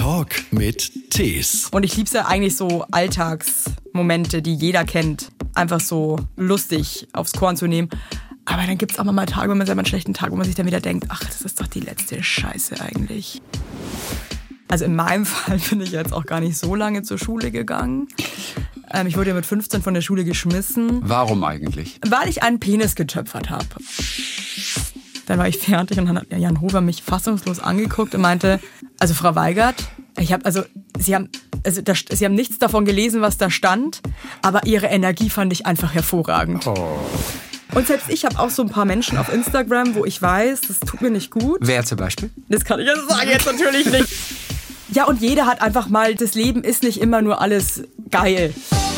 Talk mit Tees. Und ich liebe es ja eigentlich so Alltagsmomente, die jeder kennt. Einfach so lustig aufs Korn zu nehmen. Aber dann gibt es auch mal Tage, wenn man selber einen schlechten Tag, wo man sich dann wieder denkt, ach, das ist doch die letzte Scheiße eigentlich. Also in meinem Fall bin ich jetzt auch gar nicht so lange zur Schule gegangen. Ich wurde ja mit 15 von der Schule geschmissen. Warum eigentlich? Weil ich einen Penis getöpfert habe. Dann war ich fertig und dann hat Jan Hofer mich fassungslos angeguckt und meinte, also Frau Weigert, Sie haben nichts davon gelesen, was da stand, aber Ihre Energie fand ich einfach hervorragend. Oh. Und selbst ich habe auch so ein paar Menschen auf Instagram, wo ich weiß, das tut mir nicht gut. Wer zum Beispiel? Das kann ich jetzt natürlich nicht. Ja, und jeder hat einfach mal, das Leben ist nicht immer nur alles geil.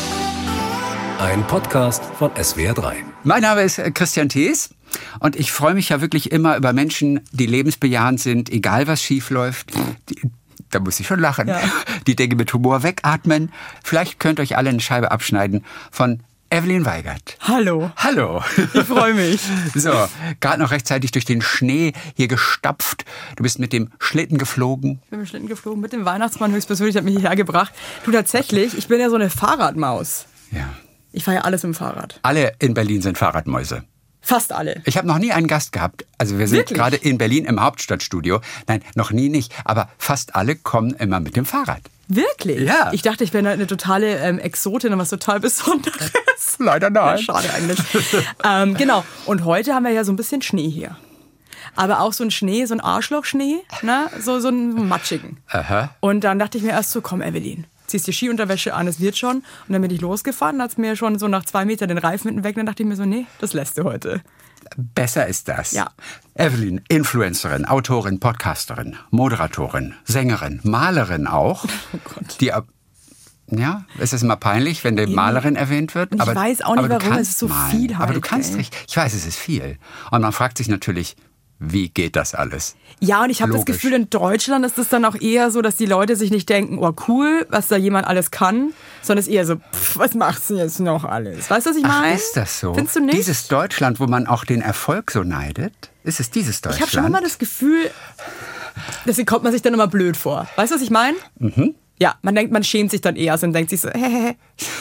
Ein Podcast von SWR3. Mein Name ist Christian Thees und ich freue mich ja wirklich immer über Menschen, die lebensbejahend sind, egal was schief läuft. Da muss ich schon lachen. Ja. Die Dinge mit Humor wegatmen. Vielleicht könnt ihr euch alle eine Scheibe abschneiden von Evelyn Weigert. Hallo. Hallo. Ich freue mich. So, gerade noch rechtzeitig durch den Schnee hier gestapft. Du bist mit dem Schlitten geflogen. Ich bin mit dem Schlitten geflogen, mit dem Weihnachtsmann höchstpersönlich, hat mich hierher gebracht. Du, tatsächlich, ich bin ja so eine Fahrradmaus. Ja. Ich fahre ja alles mit dem Fahrrad. Alle in Berlin sind Fahrradmäuse. Fast alle. Ich habe noch nie einen Gast gehabt. Also wir sind gerade in Berlin im Hauptstadtstudio. Nein, noch nie nicht. Aber fast alle kommen immer mit dem Fahrrad. Wirklich? Ja. Ich dachte, ich wäre eine totale Exotin und was total Besonderes. Leider nein. Ja, schade eigentlich. Genau. Und heute haben wir ja so ein bisschen Schnee hier. Aber auch so ein Schnee, so ein Arschlochschnee, ne? So einen matschigen. Aha. Und dann dachte ich mir erst so, komm Evelyn, ziehst die Skiunterwäsche an, es wird schon. Und dann bin ich losgefahren, dann hat es mir schon so nach 2 Metern den Reifen hinten weg. Und dann dachte ich mir so, nee, das lässt du heute. Besser ist das. Ja. Evelyn, Influencerin, Autorin, Podcasterin, Moderatorin, Sängerin, Malerin auch. Oh Gott. Ja, es ist immer peinlich, wenn die Malerin erwähnt wird. Und ich weiß auch nicht, warum, es ist so viel halt. Aber du kannst nicht. Ich weiß, es ist viel. Und man fragt sich natürlich, wie geht das alles? Ja, und ich habe das Gefühl, in Deutschland ist es dann auch eher so, dass die Leute sich nicht denken, oh cool, was da jemand alles kann, sondern es ist eher so, was macht's denn jetzt noch alles? Weißt du, was ich meine? Ach, ist das so? Findest du nicht? Dieses Deutschland, wo man auch den Erfolg so neidet? Ist es dieses Deutschland? Ich habe schon immer das Gefühl, deswegen kommt man sich dann immer blöd vor. Weißt du, was ich meine? Mhm. Ja, man denkt, man schämt sich dann eher und denkt sich so, hehehe.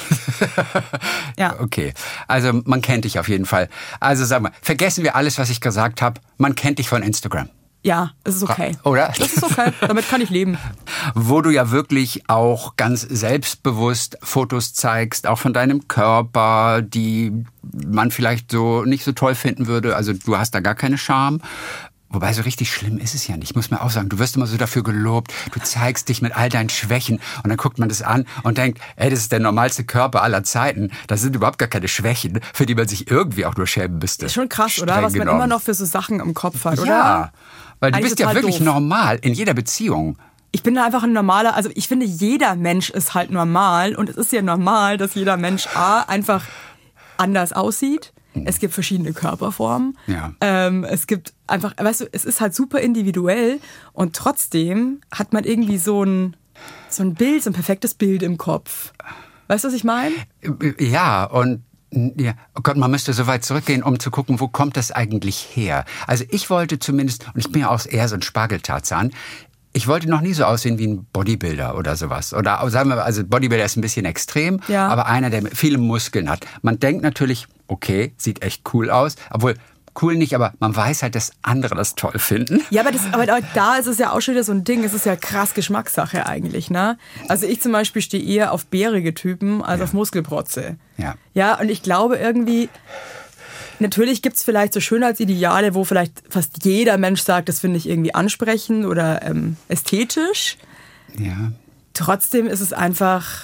Ja. Okay, also man kennt dich auf jeden Fall. Also sag mal, vergessen wir alles, was ich gesagt habe. Man kennt dich von Instagram. Ja, es ist okay. Oder? Das ist okay, damit kann ich leben. Wo du ja wirklich auch ganz selbstbewusst Fotos zeigst, auch von deinem Körper, die man vielleicht so nicht so toll finden würde. Also du hast da gar keine Scham. Wobei, so richtig schlimm ist es ja nicht. Ich muss mir auch sagen, du wirst immer so dafür gelobt. Du zeigst dich mit all deinen Schwächen. Und dann guckt man das an und denkt, ey, das ist der normalste Körper aller Zeiten. Das sind überhaupt gar keine Schwächen, für die man sich irgendwie auch nur schämen müsste. Ist schon krass, oder? Was man immer noch für so Sachen im Kopf hat, oder? Ja, weil du eigentlich bist ja wirklich doof. normal in jeder Beziehung. Ich bin einfach ein normaler, also ich finde, jeder Mensch ist halt normal. Und es ist ja normal, dass jeder Mensch einfach anders aussieht. Es gibt verschiedene Körperformen. Ja. Es gibt einfach, weißt du, es ist halt super individuell und trotzdem hat man irgendwie so ein Bild, so ein perfektes Bild im Kopf. Weißt du, was ich meine? Ja, und ja, oh Gott, man müsste so weit zurückgehen, um zu gucken, wo kommt das eigentlich her? Also ich wollte zumindest, und ich bin ja auch eher so ein Spargeltarzan, ich wollte noch nie so aussehen wie ein Bodybuilder oder sowas. Oder sagen wir mal, also Bodybuilder ist ein bisschen extrem, ja. Aber einer, der viele Muskeln hat. Man denkt natürlich, okay, sieht echt cool aus, obwohl cool nicht, aber man weiß halt, dass andere das toll finden. Ja, aber da ist es ja auch schon wieder so ein Ding, es ist ja krass Geschmackssache eigentlich, ne? Also ich zum Beispiel stehe eher auf bärige Typen als auf Muskelprotze. Ja. Ja, und ich glaube irgendwie, natürlich gibt es vielleicht so Schönheitsideale, wo vielleicht fast jeder Mensch sagt, das finde ich irgendwie ansprechend oder ästhetisch. Ja. Trotzdem ist es einfach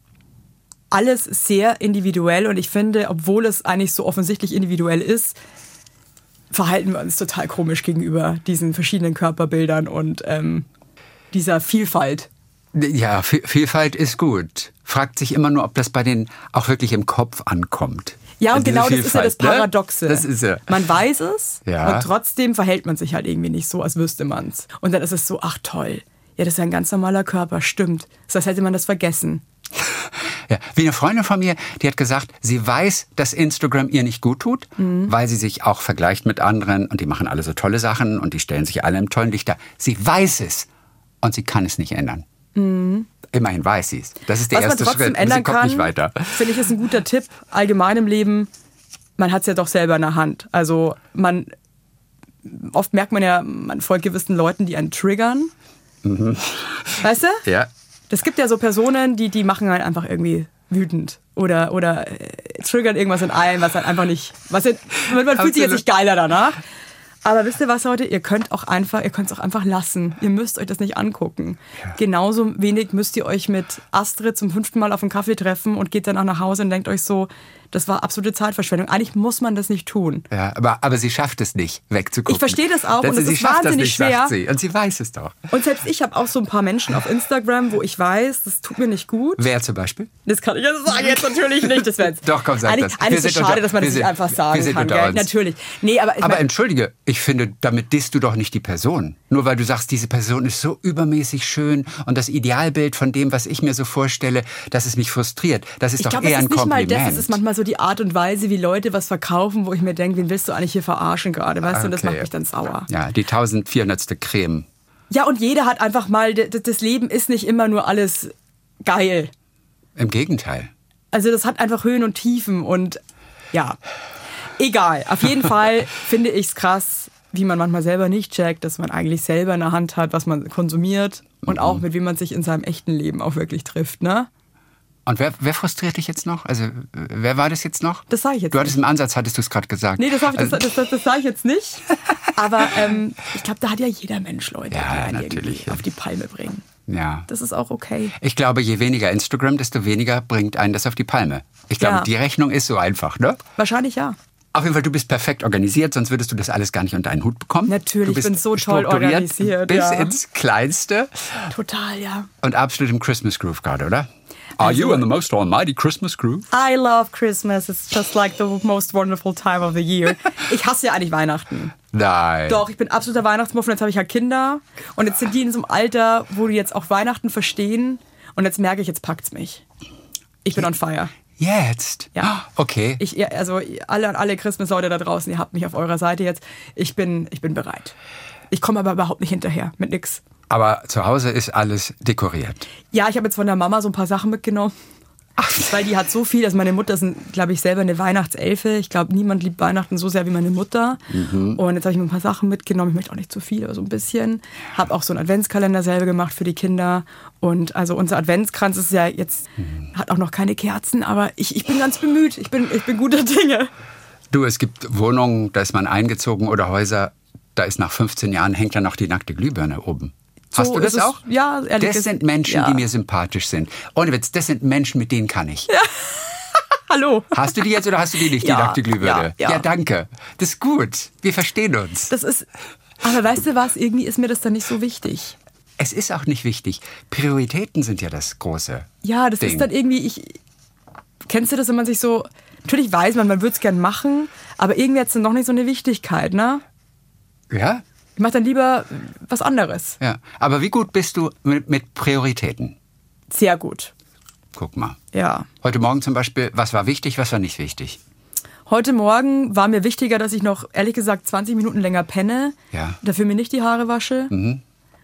alles sehr individuell und ich finde, obwohl es eigentlich so offensichtlich individuell ist, verhalten wir uns total komisch gegenüber diesen verschiedenen Körperbildern und dieser Vielfalt. Ja, Vielfalt ist gut. Fragt sich immer nur, ob das bei denen auch wirklich im Kopf ankommt. Ja, und genau das ist ja das Paradoxe. Ne? Das ist ja. Man weiß es ja. Und trotzdem verhält man sich halt irgendwie nicht so, als wüsste man es. Und dann ist es so, ach toll, ja, das ist ja ein ganz normaler Körper, stimmt. Das heißt, hätte man das vergessen. Ja, wie eine Freundin von mir, die hat gesagt, sie weiß, dass Instagram ihr nicht gut tut, weil sie sich auch vergleicht mit anderen und die machen alle so tolle Sachen und die stellen sich alle im tollen Licht dar. Sie weiß es. und sie kann es nicht ändern. Immerhin weiß sie es. Das ist der Was erste man trotzdem Schritt. ändern Sie kommt kann, nicht weiter. finde ich, ist ein guter Tipp. Allgemein im Leben, man hat es ja doch selber in der Hand. Also oft merkt man ja, man folgt gewissen Leuten, die einen triggern. Weißt du? Ja. Es gibt ja so Personen, die machen halt einfach irgendwie wütend oder triggern irgendwas in einem, was halt einfach nicht, man fühlt sich jetzt nicht geiler danach. Aber wisst ihr was, Leute? Ihr könnt es auch einfach lassen. Ihr müsst euch das nicht angucken. Ja. Genauso wenig müsst ihr euch mit Astrid zum 5. Mal auf einen Kaffee treffen und geht dann auch nach Hause und denkt euch so, das war absolute Zeitverschwendung. Eigentlich muss man das nicht tun. Ja, aber sie schafft es nicht, wegzugucken. Ich verstehe das auch und es ist wahnsinnig schwer. Sagt sie. Und sie weiß es doch. Und selbst ich habe auch so ein paar Menschen auf Instagram, wo ich weiß, das tut mir nicht gut. Wer zum Beispiel? Das kann ich jetzt natürlich nicht. Das doch, komm, sag das. Eigentlich ist es schade, dass man das nicht einfach sagen kann. Gell? Natürlich. Nee, aber entschuldige, ich finde, damit disst du doch nicht die Person. Nur weil du sagst, diese Person ist so übermäßig schön und das Idealbild von dem, was ich mir so vorstelle, dass es mich frustriert. Das ist doch eher ein Kompliment. Ich glaube, es ist nicht mal das. Es ist manchmal so die Art und Weise, wie Leute was verkaufen, wo ich mir denke, wen willst du eigentlich hier verarschen gerade, weißt du? Und das macht mich dann sauer. Ja, die 1400. Creme. Ja, und jeder hat einfach mal, das Leben ist nicht immer nur alles geil. Im Gegenteil. Also das hat einfach Höhen und Tiefen und ja, egal. Auf jeden Fall finde ich es krass, wie man manchmal selber nicht checkt, dass man eigentlich selber in der Hand hat, was man konsumiert und auch mit wem man sich in seinem echten Leben auch wirklich trifft, ne? Und wer frustriert dich jetzt noch? Also, wer war das jetzt noch? Das sage ich jetzt nicht. Du hattest im Ansatz, hattest du es gerade gesagt. Nee, das sage ich jetzt nicht. Aber ich glaube, da hat ja jeder Mensch Leute, die einen irgendwie auf die Palme bringen. Ja. Das ist auch okay. Ich glaube, je weniger Instagram, desto weniger bringt einen das auf die Palme. Ich glaube, die Rechnung ist so einfach, ne? Wahrscheinlich ja. Auf jeden Fall, du bist perfekt organisiert, sonst würdest du das alles gar nicht unter einen Hut bekommen. Natürlich, ich bin so toll organisiert. Bis ins Kleinste. Total, ja. Und absolut im Christmas Groove gerade, oder? Are you in the most almighty Christmas groove? I love Christmas. It's just like the most wonderful time of the year. Ich hasse ja eigentlich Weihnachten. Nein. Doch, ich bin absoluter Weihnachtsmuffel. Jetzt habe ich halt Kinder. Und jetzt sind die in so einem Alter, wo die jetzt auch Weihnachten verstehen. Und jetzt merke ich, jetzt packt's mich. Ich bin on fire. Jetzt? Ja. Okay. Also alle Christmas-Leute da draußen, ihr habt mich auf eurer Seite jetzt. Ich bin bereit. Ich komme aber überhaupt nicht hinterher mit nix. Aber zu Hause ist alles dekoriert. Ja, ich habe jetzt von der Mama so ein paar Sachen mitgenommen. Weil die hat so viel. Also meine Mutter ist, glaube ich, selber eine Weihnachtselfe. Ich glaube, niemand liebt Weihnachten so sehr wie meine Mutter. Und jetzt habe ich mir ein paar Sachen mitgenommen. Ich möchte auch nicht zu viel, aber so ein bisschen. Habe auch so einen Adventskalender selber gemacht für die Kinder. Und also unser Adventskranz ist ja jetzt, hat auch noch keine Kerzen. Aber ich bin ganz bemüht. Ich bin guter Dinge. Du, es gibt Wohnungen, da ist man eingezogen oder Häuser, da ist nach 15 Jahren, hängt da noch die nackte Glühbirne oben. Hast du das auch? Ja, ehrlich gesagt. Das sind Menschen, die mir sympathisch sind. Ohne Witz, das sind Menschen, mit denen kann ich. Ja. Hallo. Hast du die jetzt oder hast du die nicht, die nackte Glühbirne? Ja, danke. Das ist gut. Wir verstehen uns. Aber weißt du was, irgendwie ist mir das dann nicht so wichtig. Es ist auch nicht wichtig. Prioritäten sind ja das große Ja, das Ding. ist dann irgendwie, kennst du das, wenn man sich so, natürlich weiß man würde es gern machen, aber irgendwie hat es dann noch nicht so eine Wichtigkeit, ne? Ja? Ich mache dann lieber was anderes. Ja, aber wie gut bist du mit Prioritäten? Sehr gut. Guck mal. Ja. Heute Morgen zum Beispiel, was war wichtig, was war nicht wichtig? Heute Morgen war mir wichtiger, dass ich noch, ehrlich gesagt, 20 Minuten länger penne. Ja. Dafür mir nicht die Haare wasche. Mhm.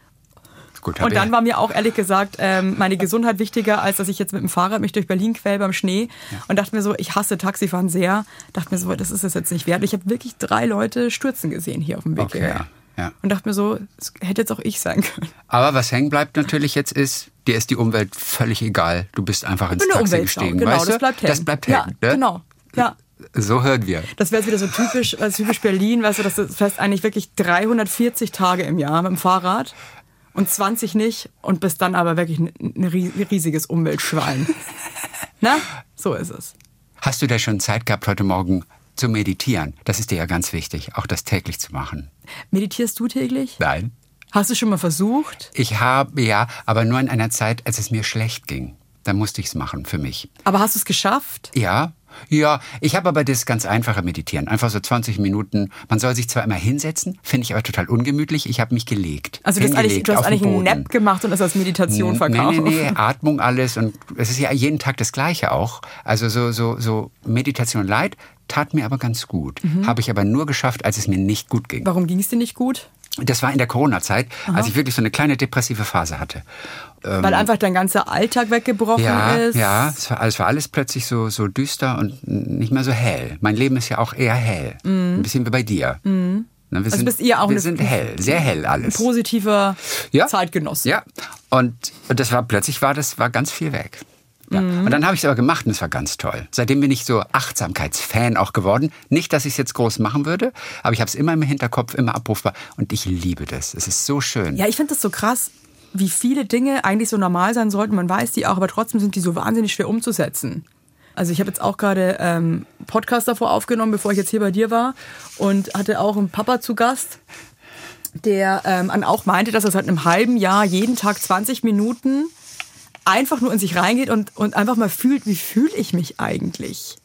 Gut, und dann war mir auch, ehrlich gesagt, meine Gesundheit wichtiger, als dass ich jetzt mit dem Fahrrad mich durch Berlin quäl beim Schnee. Ja. Und dachte mir so, ich hasse Taxifahren sehr. Dachte mir so, das ist es jetzt nicht wert. Und ich habe wirklich 3 Leute stürzen gesehen hier auf dem Weg hierher. Ja. Und dachte mir so, das hätte jetzt auch ich sein können. Aber was hängen bleibt natürlich jetzt ist, dir ist die Umwelt völlig egal. Du bist einfach ins Taxi gestiegen. Genau, weißt du? Das bleibt hängen. Das bleibt hängen. Ja, ne? Genau. Ja. So hören wir. Das wäre jetzt wieder so typisch Berlin, weißt du, das fährst eigentlich wirklich 340 Tage im Jahr mit dem Fahrrad und 20 nicht und bist dann aber wirklich ein riesiges Umweltschwein. Na, so ist es. Hast du da schon Zeit gehabt, heute Morgen zu meditieren? Das ist dir ja ganz wichtig, auch das täglich zu machen. Meditierst du täglich? Nein. Hast du schon mal versucht? Ich habe, ja, aber nur in einer Zeit, als es mir schlecht ging. Da musste ich es machen für mich. Aber hast du es geschafft? Ja, ich habe aber das ganz einfache Meditieren. Einfach so 20 Minuten. Man soll sich zwar immer hinsetzen, finde ich aber total ungemütlich. Ich habe mich gelegt. Also du hast eigentlich einen Nap gemacht und das als Meditation verkauft. Nee, Atmung alles. Und es ist ja jeden Tag das Gleiche auch. Also so Meditation light tat mir aber ganz gut. Habe ich aber nur geschafft, als es mir nicht gut ging. Warum ging es dir nicht gut? Das war in der Corona-Zeit, als ich wirklich so eine kleine depressive Phase hatte. Weil einfach dein ganzer Alltag weggebrochen ist. Ja, es war alles plötzlich so düster und nicht mehr so hell. Mein Leben ist ja auch eher hell. Ein bisschen wie bei dir. Wir sind hell, sehr hell alles. Ein positiver Zeitgenosse. Ja, und das war ganz viel weg. Ja. Und dann habe ich es aber gemacht und es war ganz toll. Seitdem bin ich so Achtsamkeitsfan auch geworden. Nicht, dass ich es jetzt groß machen würde, aber ich habe es immer im Hinterkopf, immer abrufbar. Und ich liebe das. Es ist so schön. Ja, ich finde das so krass, wie viele Dinge eigentlich so normal sein sollten. Man weiß die auch, aber trotzdem sind die so wahnsinnig schwer umzusetzen. Also ich habe jetzt auch gerade einen Podcast davor aufgenommen, bevor ich jetzt hier bei dir war. Und hatte auch einen Papa zu Gast, der auch meinte, dass er seit einem halben Jahr jeden Tag 20 Minuten einfach nur in sich reingeht und einfach mal fühlt, wie fühle ich mich eigentlich?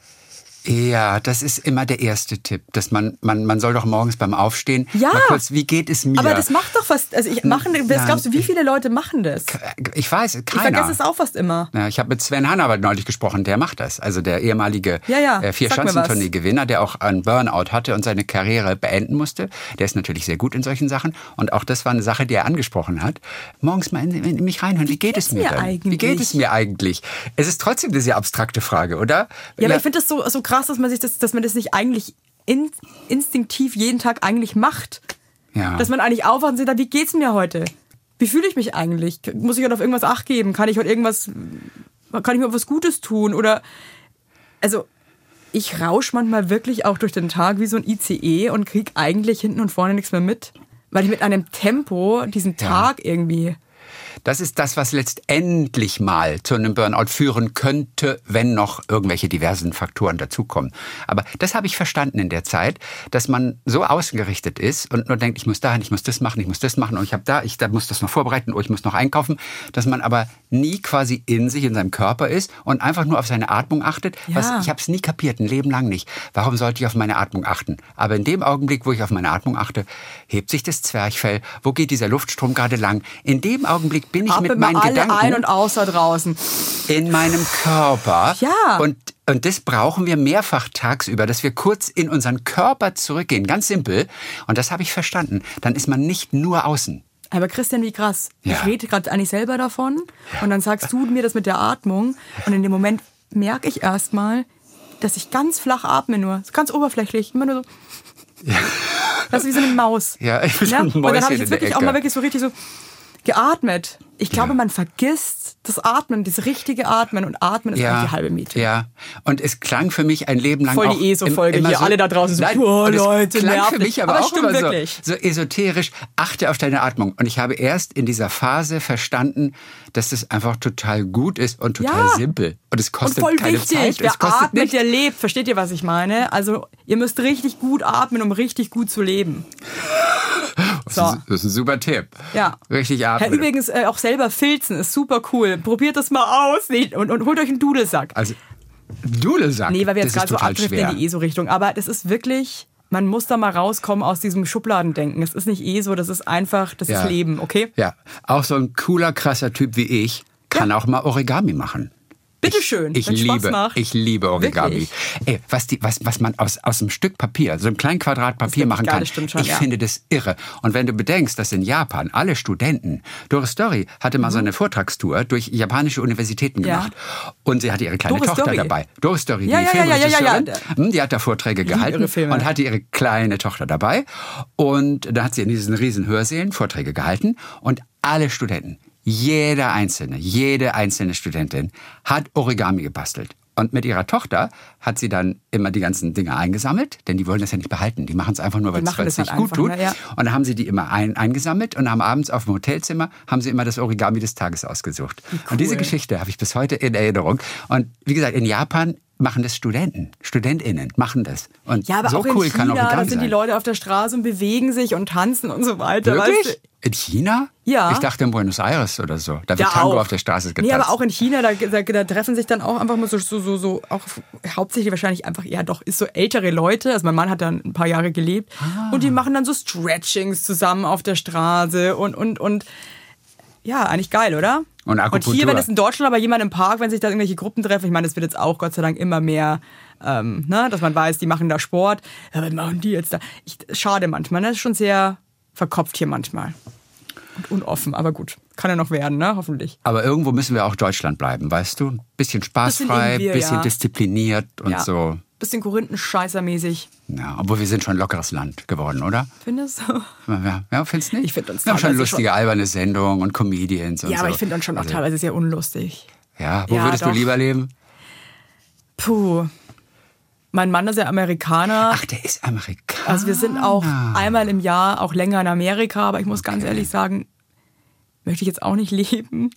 Ja, das ist immer der erste Tipp, dass man soll doch morgens beim Aufstehen mal kurz, wie geht es mir? Aber das macht doch was, was glaubst du, wie viele Leute machen das? Ich weiß, keiner. Ich vergesse es auch fast immer. Ja, ich habe mit Sven Hannawald neulich gesprochen, der macht das. Also der ehemalige Vier-Schanzentournee-Gewinner, der auch einen Burnout hatte und seine Karriere beenden musste. Der ist natürlich sehr gut in solchen Sachen. Und auch das war eine Sache, die er angesprochen hat. Morgens mal in mich reinhören, wie geht es mir denn? Eigentlich? Wie geht es mir eigentlich? Es ist trotzdem eine sehr abstrakte Frage, oder? Ja, aber ich finde das so krass, dass man das nicht eigentlich instinktiv jeden Tag eigentlich macht. Ja. Dass man eigentlich aufwacht und sagt, wie geht's mir heute? Wie fühle ich mich eigentlich? Muss ich heute auf irgendwas Acht geben? Kann ich mir was Gutes tun? Oder, also, ich rausch manchmal wirklich auch durch den Tag wie so ein ICE und krieg eigentlich hinten und vorne nichts mehr mit. Weil ich mit einem Tempo diesen Tag irgendwie... Das ist das, was letztendlich mal zu einem Burnout führen könnte, wenn noch irgendwelche diversen Faktoren dazukommen. Aber das habe ich verstanden in der Zeit, dass man so ausgerichtet ist und nur denkt, ich muss dahin, ich muss das machen und ich muss das noch vorbereiten, ich muss noch einkaufen, dass man aber nie quasi in seinem Körper ist und einfach nur auf seine Atmung achtet. Ja. Ich habe es nie kapiert, ein Leben lang nicht. Warum sollte ich auf meine Atmung achten? Aber in dem Augenblick, wo ich auf meine Atmung achte, hebt sich das Zwerchfell, wo geht dieser Luftstrom gerade lang? In dem Augenblick bin ich mit meinen Gedanken ein und aus da draußen in meinem Körper. Ja. Und das brauchen wir mehrfach tagsüber, dass wir kurz in unseren Körper zurückgehen. Ganz simpel. Und das habe ich verstanden. Dann ist man nicht nur außen. Aber Christian, wie krass. Ja. Ich rede gerade eigentlich selber davon und dann sagst du mir das mit der Atmung und in dem Moment merke ich erstmal, dass ich ganz flach atme nur. Ganz oberflächlich. Immer nur so. Ja. Das ist wie so eine Maus. Ja, ich bin so ein Mäuschen. Und dann habe ich jetzt wirklich auch mal wirklich so richtig so geatmet. Ich glaube, man vergisst das Atmen, das richtige Atmen. Und Atmen ist eigentlich die halbe Miete. Ja, und es klang für mich ein Leben lang voll auch... die ESO-Folge hier, so, alle da draußen so, Leute, es klang für mich aber auch immer wirklich. so esoterisch, achte auf deine Atmung. Und ich habe erst in dieser Phase verstanden, dass das einfach total gut ist und total simpel. Und es kostet und voll keine wichtig. Zeit. Wer es kostet atmet, nicht. der lebt. Versteht ihr, was ich meine? Also, ihr müsst richtig gut atmen, um richtig gut zu leben. So. Das ist ein super Tipp. Ja. Richtig atmen. Ja, übrigens, auch selber filzen ist super cool. Probiert das mal aus und holt euch einen Dudelsack. Also, Dudelsack? Nee, weil wir jetzt das gerade so abdriften in die ESO-Richtung. Aber das ist wirklich... Man muss da mal rauskommen aus diesem Schubladendenken. Es ist nicht ESO, das ist einfach, das ist Leben, okay? Ja, auch so ein cooler, krasser Typ wie ich kann auch mal Origami machen. Bitteschön, wenn Spaß macht. Ich liebe Origami. Wirklich? Ey, was man aus einem Stück Papier, so einem kleinen Quadrat Papier machen kann, ich finde das irre. Und wenn du bedenkst, dass in Japan alle Studenten, Doris Story hatte mal so eine Vortragstour durch japanische Universitäten gemacht und sie hatte ihre kleine Tochter dabei. Doris Story, die Filmregisseurin, die hat da Vorträge gehalten und hatte ihre kleine Tochter dabei. Und da hat sie in diesen riesen Hörsälen Vorträge gehalten und alle Studenten, jede einzelne Studentin hat Origami gebastelt. Und mit ihrer Tochter hat sie dann immer die ganzen Dinge eingesammelt, denn die wollen das ja nicht behalten. Die machen es einfach nur, weil es nicht gut tut. Ja. Und dann haben sie die immer eingesammelt und haben abends auf dem Hotelzimmer haben sie immer das Origami des Tages ausgesucht. Cool. Und diese Geschichte habe ich bis heute in Erinnerung. Und wie gesagt, in Japan machen das StudentInnen machen das. Und ja, aber so auch in cool China, kann Origami da sind die Leute auf der Straße und bewegen sich und tanzen und so weiter. Wirklich? Weißt du? In China? Ja. Ich dachte in Buenos Aires oder so. Da wird Tango auch auf der Straße getanzt. Nee, aber auch in China, da treffen sich dann auch einfach mal so auch hauptsächlich wahrscheinlich einfach, ist so ältere Leute. Also mein Mann hat dann ein paar Jahre gelebt. Und die machen dann so Stretchings zusammen auf der Straße und ja, eigentlich geil, oder? Und hier, wenn es in Deutschland aber jemand im Park, wenn sich da irgendwelche Gruppen treffen, ich meine, das wird jetzt auch Gott sei Dank immer mehr, dass man weiß, die machen da Sport. Ja, was machen die jetzt da? Schade manchmal, das ist schon sehr verkopft hier manchmal. Und unoffen, aber gut. Kann ja noch werden, ne? Hoffentlich. Aber irgendwo müssen wir auch Deutschland bleiben, weißt du? Ein bisschen spaßfrei, ein bisschen diszipliniert und so. Bisschen Korinthenscheißermäßig. Ja, obwohl wir sind schon ein lockeres Land geworden, oder? Findest du? Ja, findest du nicht? Ich finde uns wir haben schon lustige, alberne Sendungen und Comedians und so. Ja, aber ich finde uns schon auch teilweise sehr unlustig. Ja, wo würdest du lieber leben? Puh. Mein Mann ist ja Amerikaner. Ach, der ist Amerikaner. Also wir sind auch einmal im Jahr auch länger in Amerika, aber ich muss ganz ehrlich sagen, möchte ich jetzt auch nicht leben.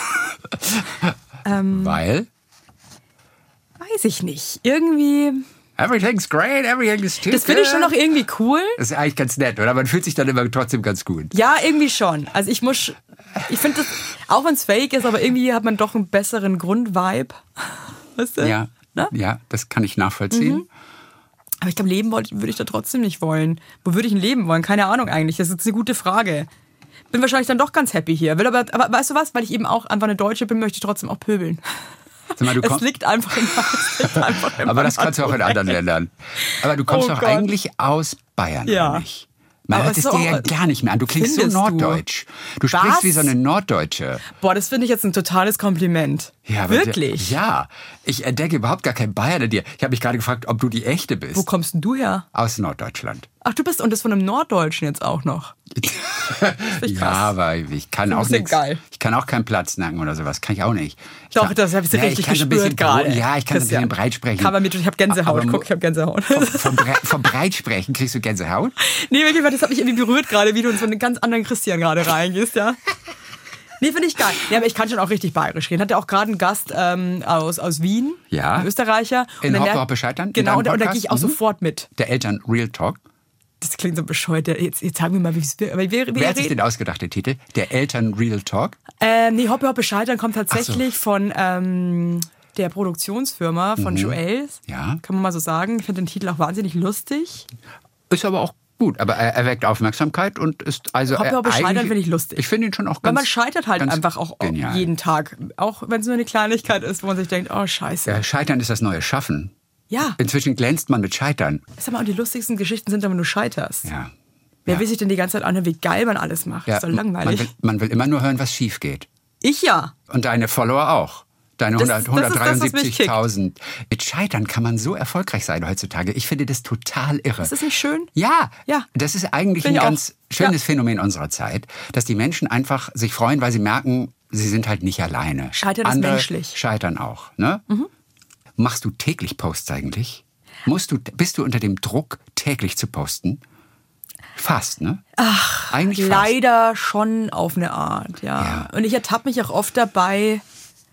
Weil? Weiß ich nicht. Irgendwie... Everything's great, everything's too Das finde ich schon noch irgendwie cool. Das ist eigentlich ganz nett, oder? Man fühlt sich dann immer trotzdem ganz gut. Ja, irgendwie schon. Also ich finde das, auch wenn es fake ist, aber irgendwie hat man doch einen besseren Grundvibe. Weißt du? Ja. Ne? Ja, das kann ich nachvollziehen. Aber ich glaube, leben würde ich da trotzdem nicht wollen. Wo würde ich denn leben wollen? Keine Ahnung eigentlich. Das ist jetzt eine gute Frage. Bin wahrscheinlich dann doch ganz happy hier. Aber weißt du was? Weil ich eben auch einfach eine Deutsche bin, möchte ich trotzdem auch pöbeln. Sag mal, Es liegt einfach im Aber das kannst du auch in anderen Ländern. Aber du kommst doch eigentlich aus Bayern, oder nicht? Man hört es dir ja gar nicht mehr an. Du klingst so norddeutsch. Du sprichst wie so eine Norddeutsche. Boah, das finde ich jetzt ein totales Kompliment. Ja, wirklich? Ja. Ich entdecke überhaupt gar keinen Bayern in dir. Ich habe mich gerade gefragt, ob du die echte bist. Wo kommst denn du her? Aus Norddeutschland. Ach, du bist, und das von einem Norddeutschen jetzt auch noch. Ja, aber ich kann auch nichts. Ich kann auch keinen Platznacken oder sowas. Kann ich auch nicht. Doch, das habe ich richtig gespürt gerade. Ja, ich kann so ein bisschen breit sprechen. Ich habe Gänsehaut. Guck, ich habe Gänsehaut. Vom Breitsprechen kriegst du Gänsehaut? Nee, wirklich, weil das hat mich irgendwie berührt gerade, wie du in so einen ganz anderen Christian gerade reingehst, ja. Nee, finde ich geil. Ja, aber ich kann schon auch richtig bayerisch reden. Hatte auch gerade einen Gast aus Wien, ein Österreicher. In Hoppe Scheitern? Genau, und da gehe ich auch sofort mit. Der Eltern Real Talk. Das klingt so bescheuert. Jetzt sagen wir mal, wie es wird. Wer hat sich den ausgedacht, der Titel? Der Eltern Real Talk? Nee, Hoppe Scheitern kommt tatsächlich von der Produktionsfirma von Joels. Ja. Kann man mal so sagen. Ich finde den Titel auch wahnsinnig lustig. Ist aber auch gut, aber er erweckt Aufmerksamkeit und ist also Hoppe Scheitern finde ich lustig. Ich finde ihn schon auch ganz. Weil man scheitert halt einfach auch genial. Jeden Tag. Auch wenn es nur eine Kleinigkeit ist, wo man sich denkt, oh scheiße. Ja, Scheitern ist das neue Schaffen. Ja. Inzwischen glänzt man mit Scheitern. Sag mal, und die lustigsten Geschichten sind, wenn du scheiterst. Ja. Wer will sich denn die ganze Zeit anhören, wie geil man alles macht? Ja, ist doch langweilig. Man will immer nur hören, was schief geht. Ich ja. Und deine Follower auch. Deine Das ist das, was mich kickt. 173.000. Mit Scheitern kann man so erfolgreich sein heutzutage. Ich finde das total irre. Ist das nicht schön? Ja. Ja. Das ist eigentlich ein ganz schönes Phänomen unserer Zeit, dass die Menschen einfach sich freuen, weil sie merken, sie sind halt nicht alleine. Scheitern ist menschlich. Scheitern auch. Ne? Machst du täglich Posts eigentlich? Bist du unter dem Druck, täglich zu posten? Fast, ne? Ach, eigentlich leider schon auf eine Art, ja. Und ich ertappe mich auch oft dabei,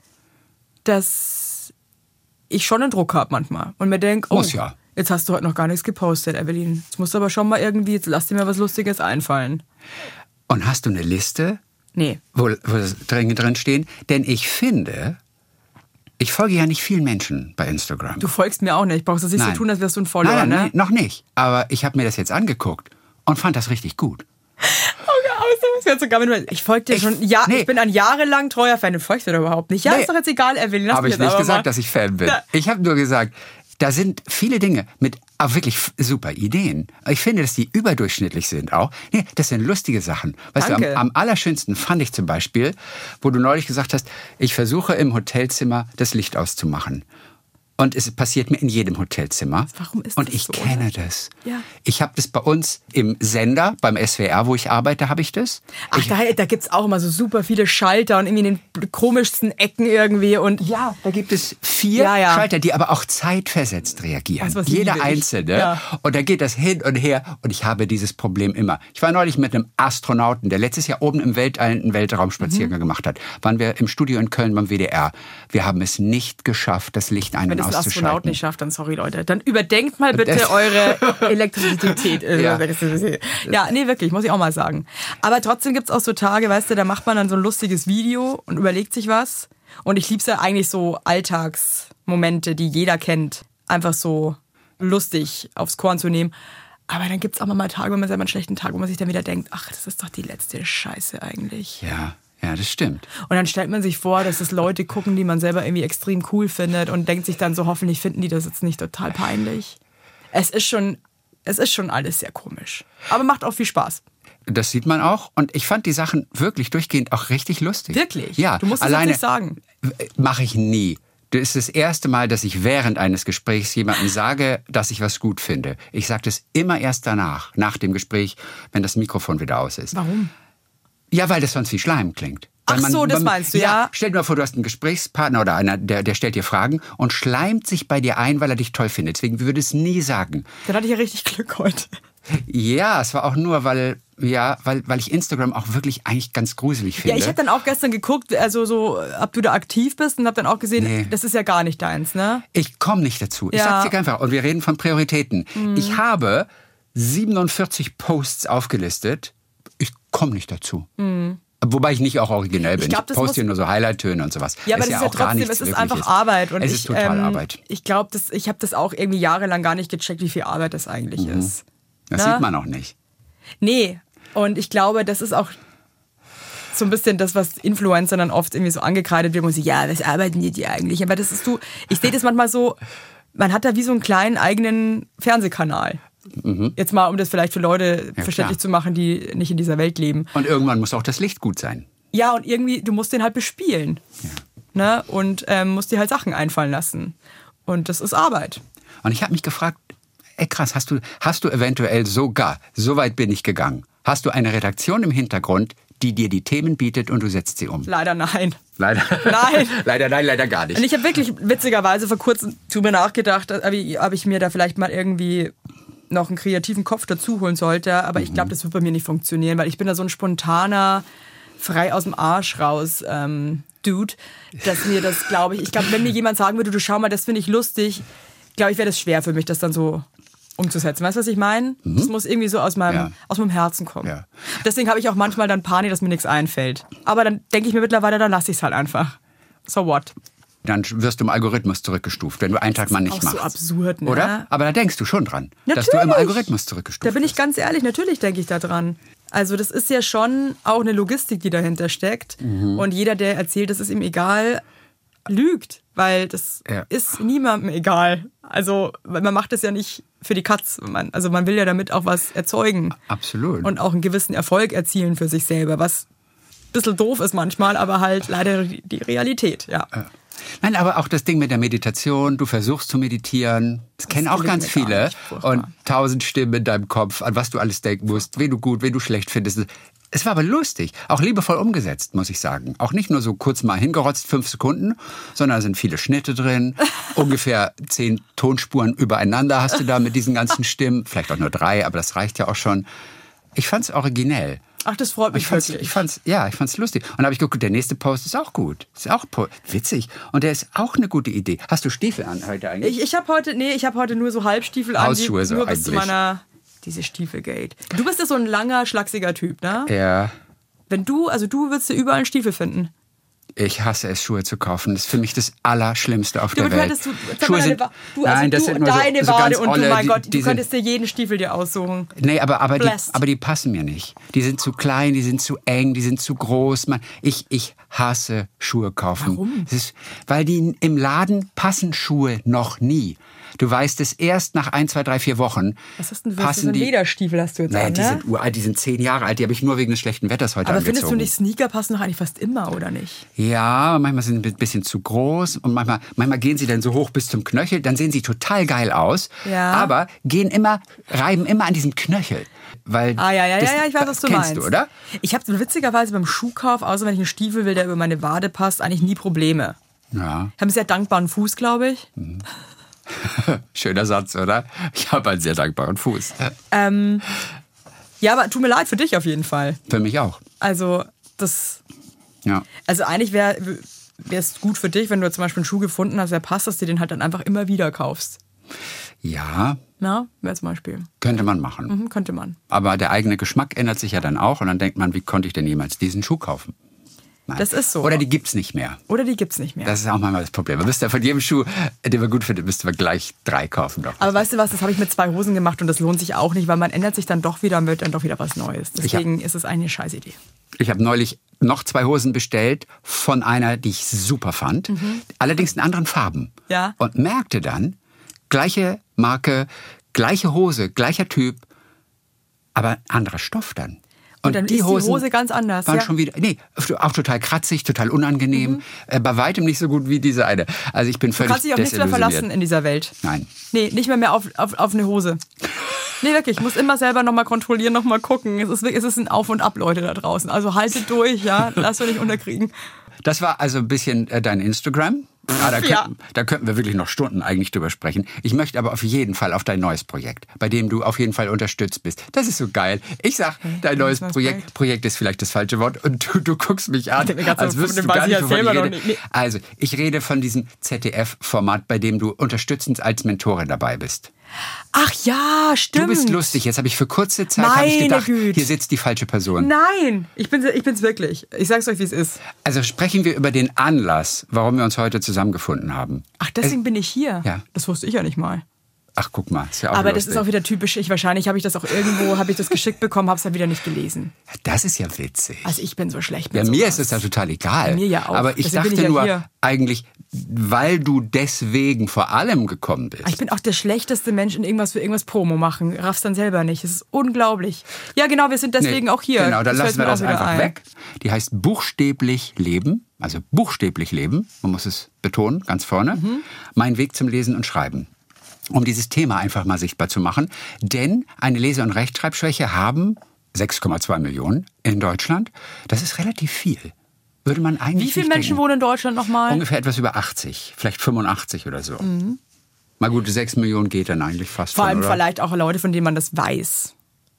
dass ich schon einen Druck habe manchmal. Und mir denke, jetzt hast du heute noch gar nichts gepostet, Evelyn. Jetzt musst du aber schon mal irgendwie, jetzt lass dir mal was Lustiges einfallen. Und hast du eine Liste? Nee. Wo drin stehen? Denn ich finde... Ich folge ja nicht vielen Menschen bei Instagram. Du folgst mir auch nicht. Brauchst du nicht so tun, als wärst du ein Follower, nein, noch nicht. Aber ich habe mir das jetzt angeguckt und fand das richtig gut. Ich folge dir schon. Ja, ich bin ein jahrelang treuer Fan. Du folgst mir überhaupt nicht. Ja, ist doch jetzt egal, Evelyn. Habe ich nicht gesagt, dass ich Fan bin. Ja. Ich habe nur gesagt, da sind viele Dinge mit auch wirklich super Ideen. Ich finde, dass die überdurchschnittlich sind auch. Nee, das sind lustige Sachen. Weißt du, am allerschönsten fand ich zum Beispiel, wo du neulich gesagt hast, ich versuche im Hotelzimmer das Licht auszumachen. Und es passiert mir in jedem Hotelzimmer. Warum ist das so? Und ich kenne das. Ja. Ich habe das bei uns im Sender, beim SWR, wo ich arbeite, habe ich das. Ach, da gibt's auch immer so super viele Schalter und irgendwie in den komischsten Ecken irgendwie. Und ja, da gibt es 4 Schalter, die aber auch zeitversetzt reagieren. Jeder einzelne. Ja. Und da geht das hin und her. Und ich habe dieses Problem immer. Ich war neulich mit einem Astronauten, der letztes Jahr oben im Weltall einen Weltraumspaziergang gemacht hat. Waren wir im Studio in Köln beim WDR. Wir haben es nicht geschafft, das Licht ein- und auszuschalten. Wenn das ein Astronaut nicht schafft, dann sorry Leute. Dann überdenkt mal bitte eure Elektrizität. Ja, nee, wirklich, muss ich auch mal sagen. Aber trotzdem gibt's auch so Tage, weißt du, da macht man dann so ein lustiges Video und überlegt sich was. Und ich lieb's ja eigentlich so Alltagsmomente, die jeder kennt. Einfach so lustig aufs Korn zu nehmen. Aber dann gibt's auch mal Tage, wenn man selber einen schlechten Tag, wo man sich dann wieder denkt, ach, das ist doch die letzte Scheiße eigentlich. Ja, das stimmt. Und dann stellt man sich vor, dass es Leute gucken, die man selber irgendwie extrem cool findet und denkt sich dann so, hoffentlich finden die das jetzt nicht total peinlich. Es ist schon alles sehr komisch. Aber macht auch viel Spaß. Das sieht man auch. Und ich fand die Sachen wirklich durchgehend auch richtig lustig. Wirklich? Ja. Du musst es jetzt nicht sagen. Mache ich nie. Das ist das erste Mal, dass ich während eines Gesprächs jemandem sage, dass ich was gut finde. Ich sage das immer erst danach, nach dem Gespräch, wenn das Mikrofon wieder aus ist. Warum? Ja, weil das sonst wie Schleim klingt. Ach so, das meinst du, ja. Stell dir mal vor, du hast einen Gesprächspartner oder einer, der stellt dir Fragen und schleimt sich bei dir ein, weil er dich toll findet. Deswegen würde ich es nie sagen. Dann hatte ich ja richtig Glück heute. Ja, es war auch nur, weil ich Instagram auch wirklich eigentlich ganz gruselig finde. Ja, ich habe dann auch gestern geguckt, also so, ob du da aktiv bist und habe dann auch gesehen, Nee. das ist ja gar nicht deins, ne? Ich komme nicht dazu. Ich Ja. sag's dir einfach. Und wir reden von Prioritäten. Ich habe 47 Posts aufgelistet. Ich komme nicht dazu. Wobei ich nicht auch originell bin. Ich glaub, das poste muss- nur so Highlight-Töne und sowas. Ja, aber das ist ja auch gar trotzdem, nichts es ist Wirkliches. einfach Arbeit. Und es ist total Arbeit. Ich glaube, ich habe das auch irgendwie jahrelang gar nicht gecheckt, wie viel Arbeit das eigentlich ist. Das Na? sieht man auch nicht. Nee, und ich glaube, das ist auch so ein bisschen das, was Influencer dann oft irgendwie so angekreidet wird, wo sie, ja, was arbeiten die eigentlich? Aber das ist ich sehe das manchmal so, man hat da wie so einen kleinen eigenen Fernsehkanal. Jetzt mal, um das vielleicht für Leute verständlich klar. zu machen, die nicht in dieser Welt leben. Und irgendwann muss auch das Licht gut sein. Ja, und irgendwie, du musst den halt bespielen. Ja. Ne? Und musst dir halt Sachen einfallen lassen. Und das ist Arbeit. Und ich habe mich gefragt, ey krass, hast du eventuell sogar, so weit bin ich gegangen, hast du eine Redaktion im Hintergrund, die dir die Themen bietet und du setzt sie um? Leider nein. Leider. Nein. Leider nein, leider gar nicht. Und ich habe wirklich witzigerweise vor kurzem drüber nachgedacht, ob ich mir da vielleicht mal irgendwie noch einen kreativen Kopf dazu holen sollte. Aber ich glaube, das wird bei mir nicht funktionieren, weil ich bin da so ein spontaner, frei aus dem Arsch raus Dude, dass mir das, glaube ich, wenn mir jemand sagen würde, du schau mal, das finde ich lustig, glaube ich, wäre das schwer für mich, das dann so umzusetzen. Weißt du, was ich meine? Das muss irgendwie so aus meinem Herzen kommen. Ja. Deswegen habe ich auch manchmal dann Panik, dass mir nichts einfällt. Aber dann denke ich mir mittlerweile, dann lasse ich es halt einfach. So what? Dann wirst du im Algorithmus zurückgestuft, wenn du einen Tag mal nicht auch machst. so absurd, ne? Oder? Aber da denkst du schon dran, dass du Natürlich. im Algorithmus zurückgestuft Da bin ich wirst. ganz ehrlich, natürlich denke ich da dran. Also das ist ja schon auch eine Logistik, die dahinter steckt. Und jeder, der erzählt, das ist ihm egal, lügt. Weil das ist niemandem egal. Also man macht das ja nicht für die Katz. Man will ja damit auch was erzeugen. Absolut. Und auch einen gewissen Erfolg erzielen für sich selber. Was ein bisschen doof ist manchmal, aber halt leider die Realität, ja. Nein, aber auch das Ding mit der Meditation, du versuchst zu meditieren, das kennen auch gelingt ganz mir gar viele. nicht, furchtbar. Und 1000 Stimmen in deinem Kopf, an was du alles denken musst, wen du gut, wen du schlecht findest. Es war aber lustig, auch liebevoll umgesetzt, muss ich sagen. Auch nicht nur so kurz mal hingerotzt, 5 Sekunden, sondern da sind viele Schnitte drin. Ungefähr 10 Tonspuren übereinander hast du da mit diesen ganzen Stimmen. Vielleicht auch nur 3, aber das reicht ja auch schon. Ich fand's originell. Ach, das freut mich wirklich. Ich fand's lustig. Und da habe ich geguckt, der nächste Post ist auch gut. Ist auch witzig. Und der ist auch eine gute Idee. Hast du Stiefel an heute eigentlich? Ich habe heute nur so Halbstiefel an. Hausschuhe so nur bis zu eigentlich. diese Stiefelgate. Du bist ja so ein langer, schlachsiger Typ, ne? Ja. Du würdest ja überall einen Stiefel finden. Ich hasse es, Schuhe zu kaufen. Das ist für mich das Allerschlimmste auf der Aber Welt. Deine Wade und du, mein Gott, du die könntest dir jeden Stiefel dir aussuchen. Nee, aber Blessed. die passen mir nicht. Die sind zu klein, die sind zu eng, die sind zu groß. Ich hasse Schuhe kaufen. Warum? Weil die im Laden passen Schuhe noch nie. Du weißt es erst nach 1, 2, 3, 4 Wochen. Was hast denn du passen für die? Lederstiefel hast du jetzt Naja, an, die ne? sind uralt, die sind 10 Jahre alt. Die habe ich nur wegen des schlechten Wetters heute Aber angezogen. findest du nicht, Sneaker passen doch eigentlich fast immer, oder nicht? Ja, manchmal sind sie ein bisschen zu groß und manchmal gehen sie dann so hoch bis zum Knöchel, dann sehen sie total geil aus, Ja. aber reiben immer an diesem Knöchel. Weil Ja, ich weiß, was du meinst. Kennst du, oder? Ich habe witzigerweise beim Schuhkauf, außer wenn ich einen Stiefel will, der über meine Wade passt, eigentlich nie Probleme. Ja, Ich habe einen sehr dankbaren Fuß, glaube ich. schöner Satz, oder? Ich habe einen sehr dankbaren Fuß. Ja, aber tut mir leid, für dich auf jeden Fall. Für mich auch. Also Ja. eigentlich wäre es gut für dich, wenn du zum Beispiel einen Schuh gefunden hast, der passt, dass du den halt dann einfach immer wieder kaufst. Ja, Na, wäre zum Beispiel. könnte man machen. Könnte man. Aber der eigene Geschmack ändert sich ja dann auch und dann denkt man, wie konnte ich denn jemals diesen Schuh kaufen? Nein. Das ist so. Oder die gibt's nicht mehr. Oder die gibt's nicht mehr. Das ist auch manchmal das Problem. Man müsste ja von jedem Schuh, den man gut findet, müsste man gleich 3 kaufen. Doch. Aber weißt du was, das habe ich mit 2 Hosen gemacht und das lohnt sich auch nicht, weil man ändert sich dann doch wieder und wird dann doch wieder was Neues. Deswegen ist es eine Scheißidee. Ich habe neulich noch 2 Hosen bestellt von einer, die ich super fand. Allerdings in anderen Farben. Ja. Und merkte dann, gleiche Marke, gleiche Hose, gleicher Typ, aber anderer Stoff dann. Und dann die ist Hosen die Hose ganz anders. waren schon wieder, auch total kratzig, total unangenehm. Bei weitem nicht so gut wie diese eine. Also ich bin völlig Du kannst dich auf nichts mehr verlassen in dieser Welt. Nein. Nee, nicht mehr auf eine Hose. Nee, wirklich. Ich muss immer selber nochmal kontrollieren, nochmal gucken. Es ist ein Auf und Ab, Leute da draußen. Also haltet durch, ja. Lasst euch nicht unterkriegen. Das war also ein bisschen dein Instagram. Da könnten wir wirklich noch Stunden eigentlich drüber sprechen. Ich möchte aber auf jeden Fall auf dein neues Projekt, bei dem du auf jeden Fall unterstützt bist. Das ist so geil. Ich sag, dein neues Projekt ist vielleicht das falsche Wort und du guckst mich an, als wüsstest du gar nicht, wovon ich rede. Also, ich rede von diesem ZDF-Format, bei dem du unterstützend als Mentorin dabei bist. Ach ja, stimmt. Du bist lustig. Jetzt habe ich für kurze Zeit gedacht, hier sitzt die falsche Person. Nein, ich bin's wirklich. Ich sag's euch, wie es ist. Also sprechen wir über den Anlass, warum wir uns heute zusammengefunden haben. Ach, deswegen bin ich hier? Ja. Das wusste ich ja nicht mal. Ach, guck mal, ist ja auch Aber lustig. das ist auch wieder typisch. Wahrscheinlich habe ich das auch irgendwo, geschickt bekommen, habe es dann wieder nicht gelesen. Das ist ja witzig. Also ich bin so schlecht Ja, mit mir sowas. ist es ja total egal. Ja, mir ja auch. Aber ich Deswegen bin dachte ich ja nur, hier. eigentlich, weil du deswegen vor allem gekommen bist. Ich bin auch der schlechteste Mensch in für irgendwas Promo machen. Raff's dann selber nicht. Es ist unglaublich. Ja, genau, wir sind deswegen auch hier. Genau, dann Das lassen fällt wir mir das auch wieder einfach ein. weg. Die heißt Buchstäblich Leben. Also buchstäblich Leben. Man muss es betonen, ganz vorne. Mein Weg zum Lesen und Schreiben. Um dieses Thema einfach mal sichtbar zu machen. Denn eine Lese- und Rechtschreibschwäche haben 6,2 Millionen in Deutschland. Das ist relativ viel. Würde man eigentlich Wie viele nicht Menschen denken. wohnen in Deutschland nochmal? Ungefähr etwas über 80, vielleicht 85 oder so. Mal gut, 6 Millionen geht dann eigentlich fast Vor schon, allem oder? vielleicht auch Leute, von denen man das weiß.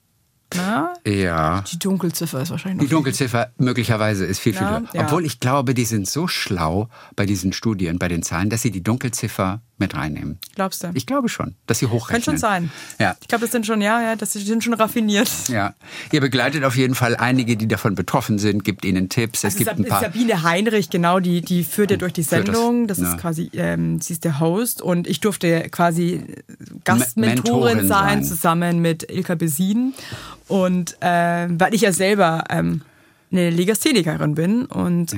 Na? Ja. Die Dunkelziffer ist wahrscheinlich Die noch Dunkelziffer möglicherweise ist viel, viel Ja, höher. ja. Obwohl ich glaube, die sind so schlau bei diesen Studien, bei den Zahlen, dass sie die Dunkelziffer mit reinnehmen. Glaubst du? Ich glaube schon, dass sie hochrechnen. Könnte schon sein. Ja. Ich glaube, das sind schon, das sind schon raffiniert. Ja. Ihr begleitet auf jeden Fall einige, die davon betroffen sind, gibt ihnen Tipps. Es gibt ein paar. Sabine Heinrich, genau, die führt ja durch die Führt das, Sendung. Das ja. ist quasi, sie ist der Host und ich durfte quasi Gastmentorin Mentorin sein, sein. zusammen mit Ilka Besin. Und weil ich ja selber eine Legasthenikerin bin und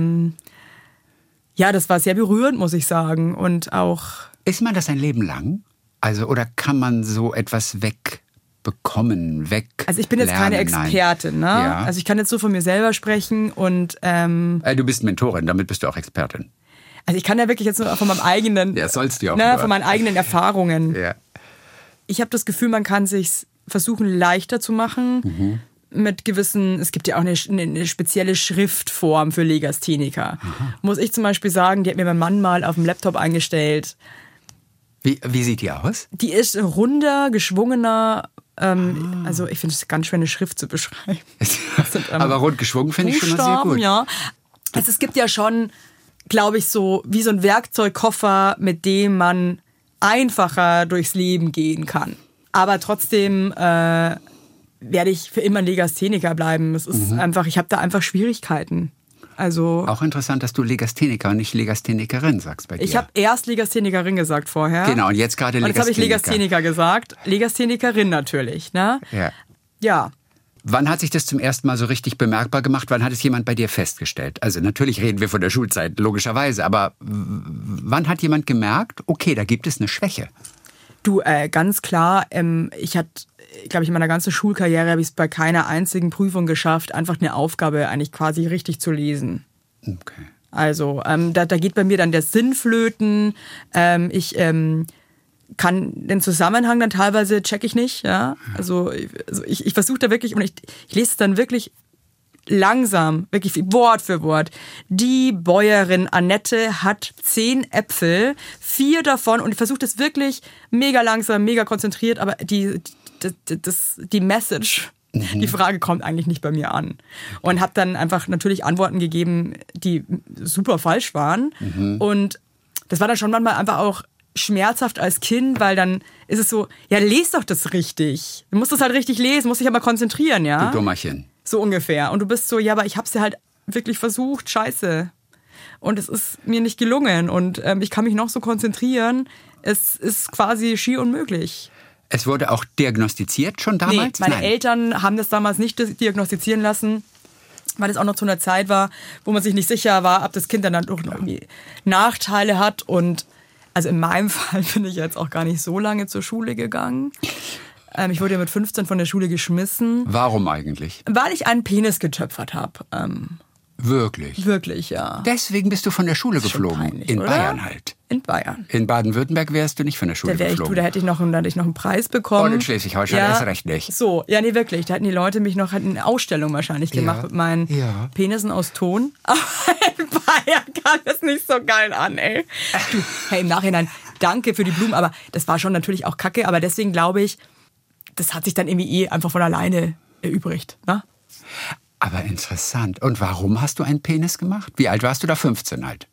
das war sehr berührend, muss ich sagen. Und auch. Ist man das ein Leben lang? Also, oder kann man so etwas wegbekommen, Also ich bin jetzt keine lernen? Expertin, ne? Ja. Also ich kann jetzt so von mir selber sprechen und Du bist Mentorin, damit bist du auch Expertin. also ich kann ja wirklich jetzt nur von meinem eigenen, Ja, sollst du ja auch nur. von meinen eigenen Erfahrungen. Ja. Ich habe das Gefühl, man kann sich versuchen leichter zu machen mit gewissen, es gibt ja auch eine spezielle Schriftform für Legastheniker. Muss ich zum Beispiel sagen, die hat mir mein Mann mal auf dem Laptop eingestellt. Wie sieht die aus? Die ist runder, geschwungener, also ich finde es ganz schwer, eine Schrift zu beschreiben. Sind, Aber rund geschwungen finde ich schon mal sehr gut. Ja. Also es gibt ja schon, glaube ich, so wie so ein Werkzeugkoffer, mit dem man einfacher durchs Leben gehen kann. Aber trotzdem werde ich für immer ein Legastheniker bleiben. Es ist einfach, ich habe da einfach Schwierigkeiten. Also Auch interessant, dass du Legastheniker und nicht Legasthenikerin sagst bei dir. ich habe erst Legasthenikerin gesagt vorher. Genau, und jetzt gerade Und jetzt habe ich Legastheniker. Legastheniker gesagt. Legasthenikerin natürlich, ne? Ja. Ja. Wann hat sich das zum ersten Mal so richtig bemerkbar gemacht? Wann hat es jemand bei dir festgestellt? Also natürlich reden wir von der Schulzeit, logischerweise. Aber wann hat jemand gemerkt, okay, da gibt es eine Schwäche? Du, ganz klar, ich hatte, glaube ich, in meiner ganzen Schulkarriere habe ich es bei keiner einzigen Prüfung geschafft, einfach eine Aufgabe eigentlich quasi richtig zu lesen. Okay. Also da geht bei mir dann der Sinn flöten. Ich kann den Zusammenhang dann teilweise check ich nicht. Ja? Also ich versuche da wirklich, und ich lese es dann wirklich langsam, wirklich Wort für Wort. Die Bäuerin Annette hat 10 Äpfel, 4 davon, und ich versuche das wirklich mega langsam, mega konzentriert, aber die Message, die Frage kommt eigentlich nicht bei mir an. Und habe dann einfach natürlich Antworten gegeben, die super falsch waren. Und das war dann schon manchmal einfach auch schmerzhaft als Kind, weil dann ist es so, ja, lese doch das richtig. Du musst das halt richtig lesen, musst dich aber konzentrieren, ja? Du Dummerchen. So ungefähr. Und du bist so, ja, aber ich hab's ja halt wirklich versucht, scheiße. Und es ist mir nicht gelungen. Und ich kann mich noch so konzentrieren. Es ist quasi schier unmöglich. Es wurde auch diagnostiziert schon damals? Nee, meine Nein. Eltern haben das damals nicht diagnostizieren lassen, weil es auch noch zu einer Zeit war, wo man sich nicht sicher war, ob das Kind dann noch irgendwie Nachteile hat. Und also in meinem Fall bin ich jetzt auch gar nicht so lange zur Schule gegangen. Ich wurde ja mit 15 von der Schule geschmissen. Warum eigentlich? Weil ich einen Penis getöpfert habe. Wirklich? Wirklich, ja. Deswegen bist du von der Schule geflogen. Peinlich, in oder? Bayern halt. In Bayern. In Baden-Württemberg wärst du nicht von der Schule geflogen. Da hätte ich noch einen Preis bekommen. Und in Schleswig-Holstein erst recht nicht. So, ja, nee, wirklich. Da hätten die Leute mich noch eine Ausstellung wahrscheinlich gemacht mit meinen Penissen aus Ton. Aber in Bayern kam das nicht so geil an, ey. Du, hey, im Nachhinein, danke für die Blumen, aber das war schon natürlich auch kacke. Aber deswegen glaube ich, das hat sich dann irgendwie einfach von alleine erübrigt, ne? Aber interessant. Und warum hast du einen Penis gemacht? Wie alt warst du da? 15 halt?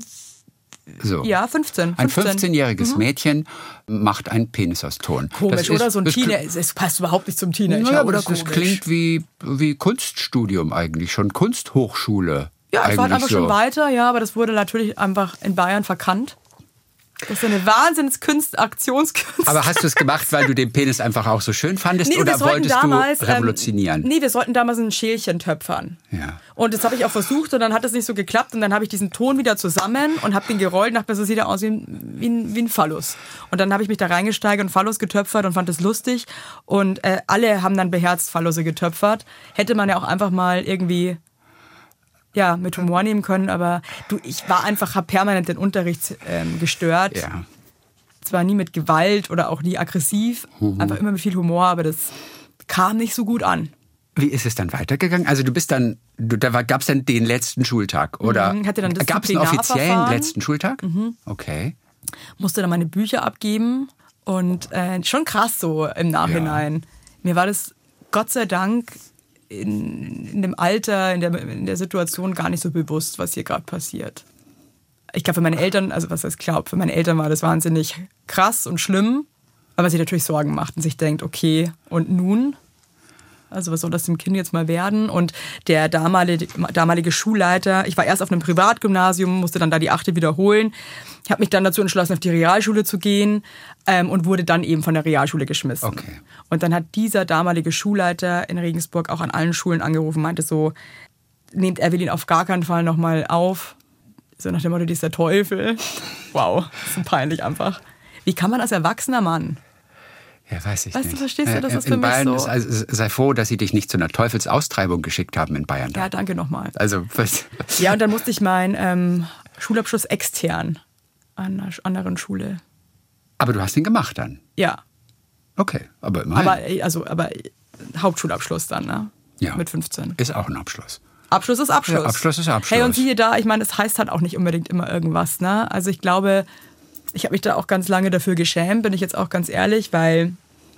So. Ja, 15. Ein 15-jähriges Mädchen macht einen Penis aus Ton. Komisch, oder? So ein Teenager. Es passt überhaupt nicht zum Teenager, naja, oder? Das klingt wie Kunststudium eigentlich, schon Kunsthochschule. Ja, ich war einfach so. schon weiter, ja, aber das wurde natürlich einfach in Bayern verkannt. Das ist eine Wahnsinns-Aktionskünste. Aber hast du es gemacht, weil du den Penis einfach auch so schön fandest oder wolltest du revolutionieren? Nee, wir sollten damals ein Schälchen töpfern. Ja. Und das habe ich auch versucht und dann hat es nicht so geklappt und dann habe ich diesen Ton wieder zusammen und habe den gerollt und dachte mir, so sieht er aus wie ein Phallus. Und dann habe ich mich da reingesteigert und Phallus getöpfert und fand das lustig und alle haben dann beherzt Phallusse getöpfert. Hätte man ja auch einfach mal irgendwie mit Humor nehmen können, aber ich war einfach, habe permanent den Unterricht gestört. Ja. Zwar nie mit Gewalt oder auch nie aggressiv, einfach immer mit viel Humor, aber das kam nicht so gut an. Wie ist es dann weitergegangen? Also gab es dann den letzten Schultag, oder? Gab es einen offiziellen letzten Schultag? Okay. Musste dann meine Bücher abgeben und schon krass so im Nachhinein. Ja. Mir war das Gott sei Dank in dem Alter, in der Situation gar nicht so bewusst, was hier gerade passiert. Ich glaube, für meine Eltern, für meine Eltern war das wahnsinnig krass und schlimm, weil man sich natürlich Sorgen macht und sich denkt, okay, und nun? Also was soll das dem Kind jetzt mal werden? Und der damalige Schulleiter, ich war erst auf einem Privatgymnasium, musste dann da die 8. wiederholen. Ich habe mich dann dazu entschlossen, auf die Realschule zu gehen und wurde dann eben von der Realschule geschmissen. Okay. Und dann hat dieser damalige Schulleiter in Regensburg auch an allen Schulen angerufen, meinte so, nehmt Evelyn auf gar keinen Fall nochmal auf. So nach dem Motto, die ist der Teufel. Wow, das ist so peinlich einfach. Wie kann man als erwachsener Mann... Ja, weiß ich nicht. Verstehst du, das ist für in mich Bayern so... sei froh, dass sie dich nicht zu einer Teufelsaustreibung geschickt haben in Bayern. Ja, danke nochmal. Also, ja, und dann musste ich meinen Schulabschluss extern an einer anderen Schule. Aber du hast ihn gemacht dann? Ja. Okay, aber immerhin. Aber Hauptschulabschluss dann, ne? Ja. Mit 15. Ist auch ein Abschluss. Abschluss ist Abschluss. Ja, Abschluss ist Abschluss. Hey, und siehe da, ich meine, das heißt halt auch nicht unbedingt immer irgendwas, ne? Also ich glaube... Ich habe mich da auch ganz lange dafür geschämt, bin ich jetzt auch ganz ehrlich, weil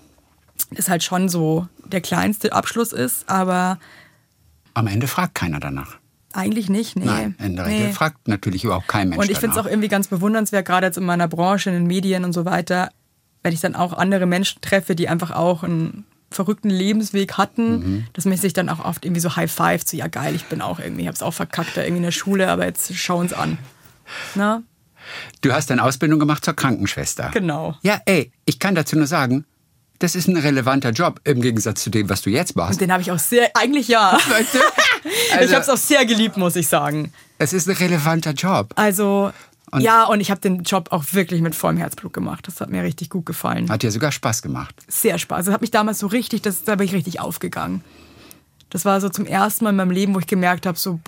es halt schon so der kleinste Abschluss ist, aber... Am Ende fragt keiner danach. Eigentlich nicht, nee. Nein, in der Regel fragt natürlich überhaupt kein Mensch danach. Und ich finde es auch irgendwie ganz bewundernswert, gerade jetzt in meiner Branche, in den Medien und so weiter, wenn ich dann auch andere Menschen treffe, die einfach auch einen verrückten Lebensweg hatten, dass man sich dann auch oft irgendwie so high-fived, so ja geil, ich bin auch irgendwie, ich habe es auch verkackt da irgendwie in der Schule, aber jetzt schau uns an. Na? Du hast eine Ausbildung gemacht zur Krankenschwester. Genau. Ja, ich kann dazu nur sagen, das ist ein relevanter Job im Gegensatz zu dem, was du jetzt machst. Und den habe ich auch eigentlich ja. Weißt du? Ich habe es auch sehr geliebt, muss ich sagen. Es ist ein relevanter Job. Also, und ich habe den Job auch wirklich mit vollem Herzblut gemacht. Das hat mir richtig gut gefallen. Hat dir sogar Spaß gemacht. Sehr Spaß. Das hat mich damals so richtig, da bin ich richtig aufgegangen. Das war so zum ersten Mal in meinem Leben, wo ich gemerkt habe, so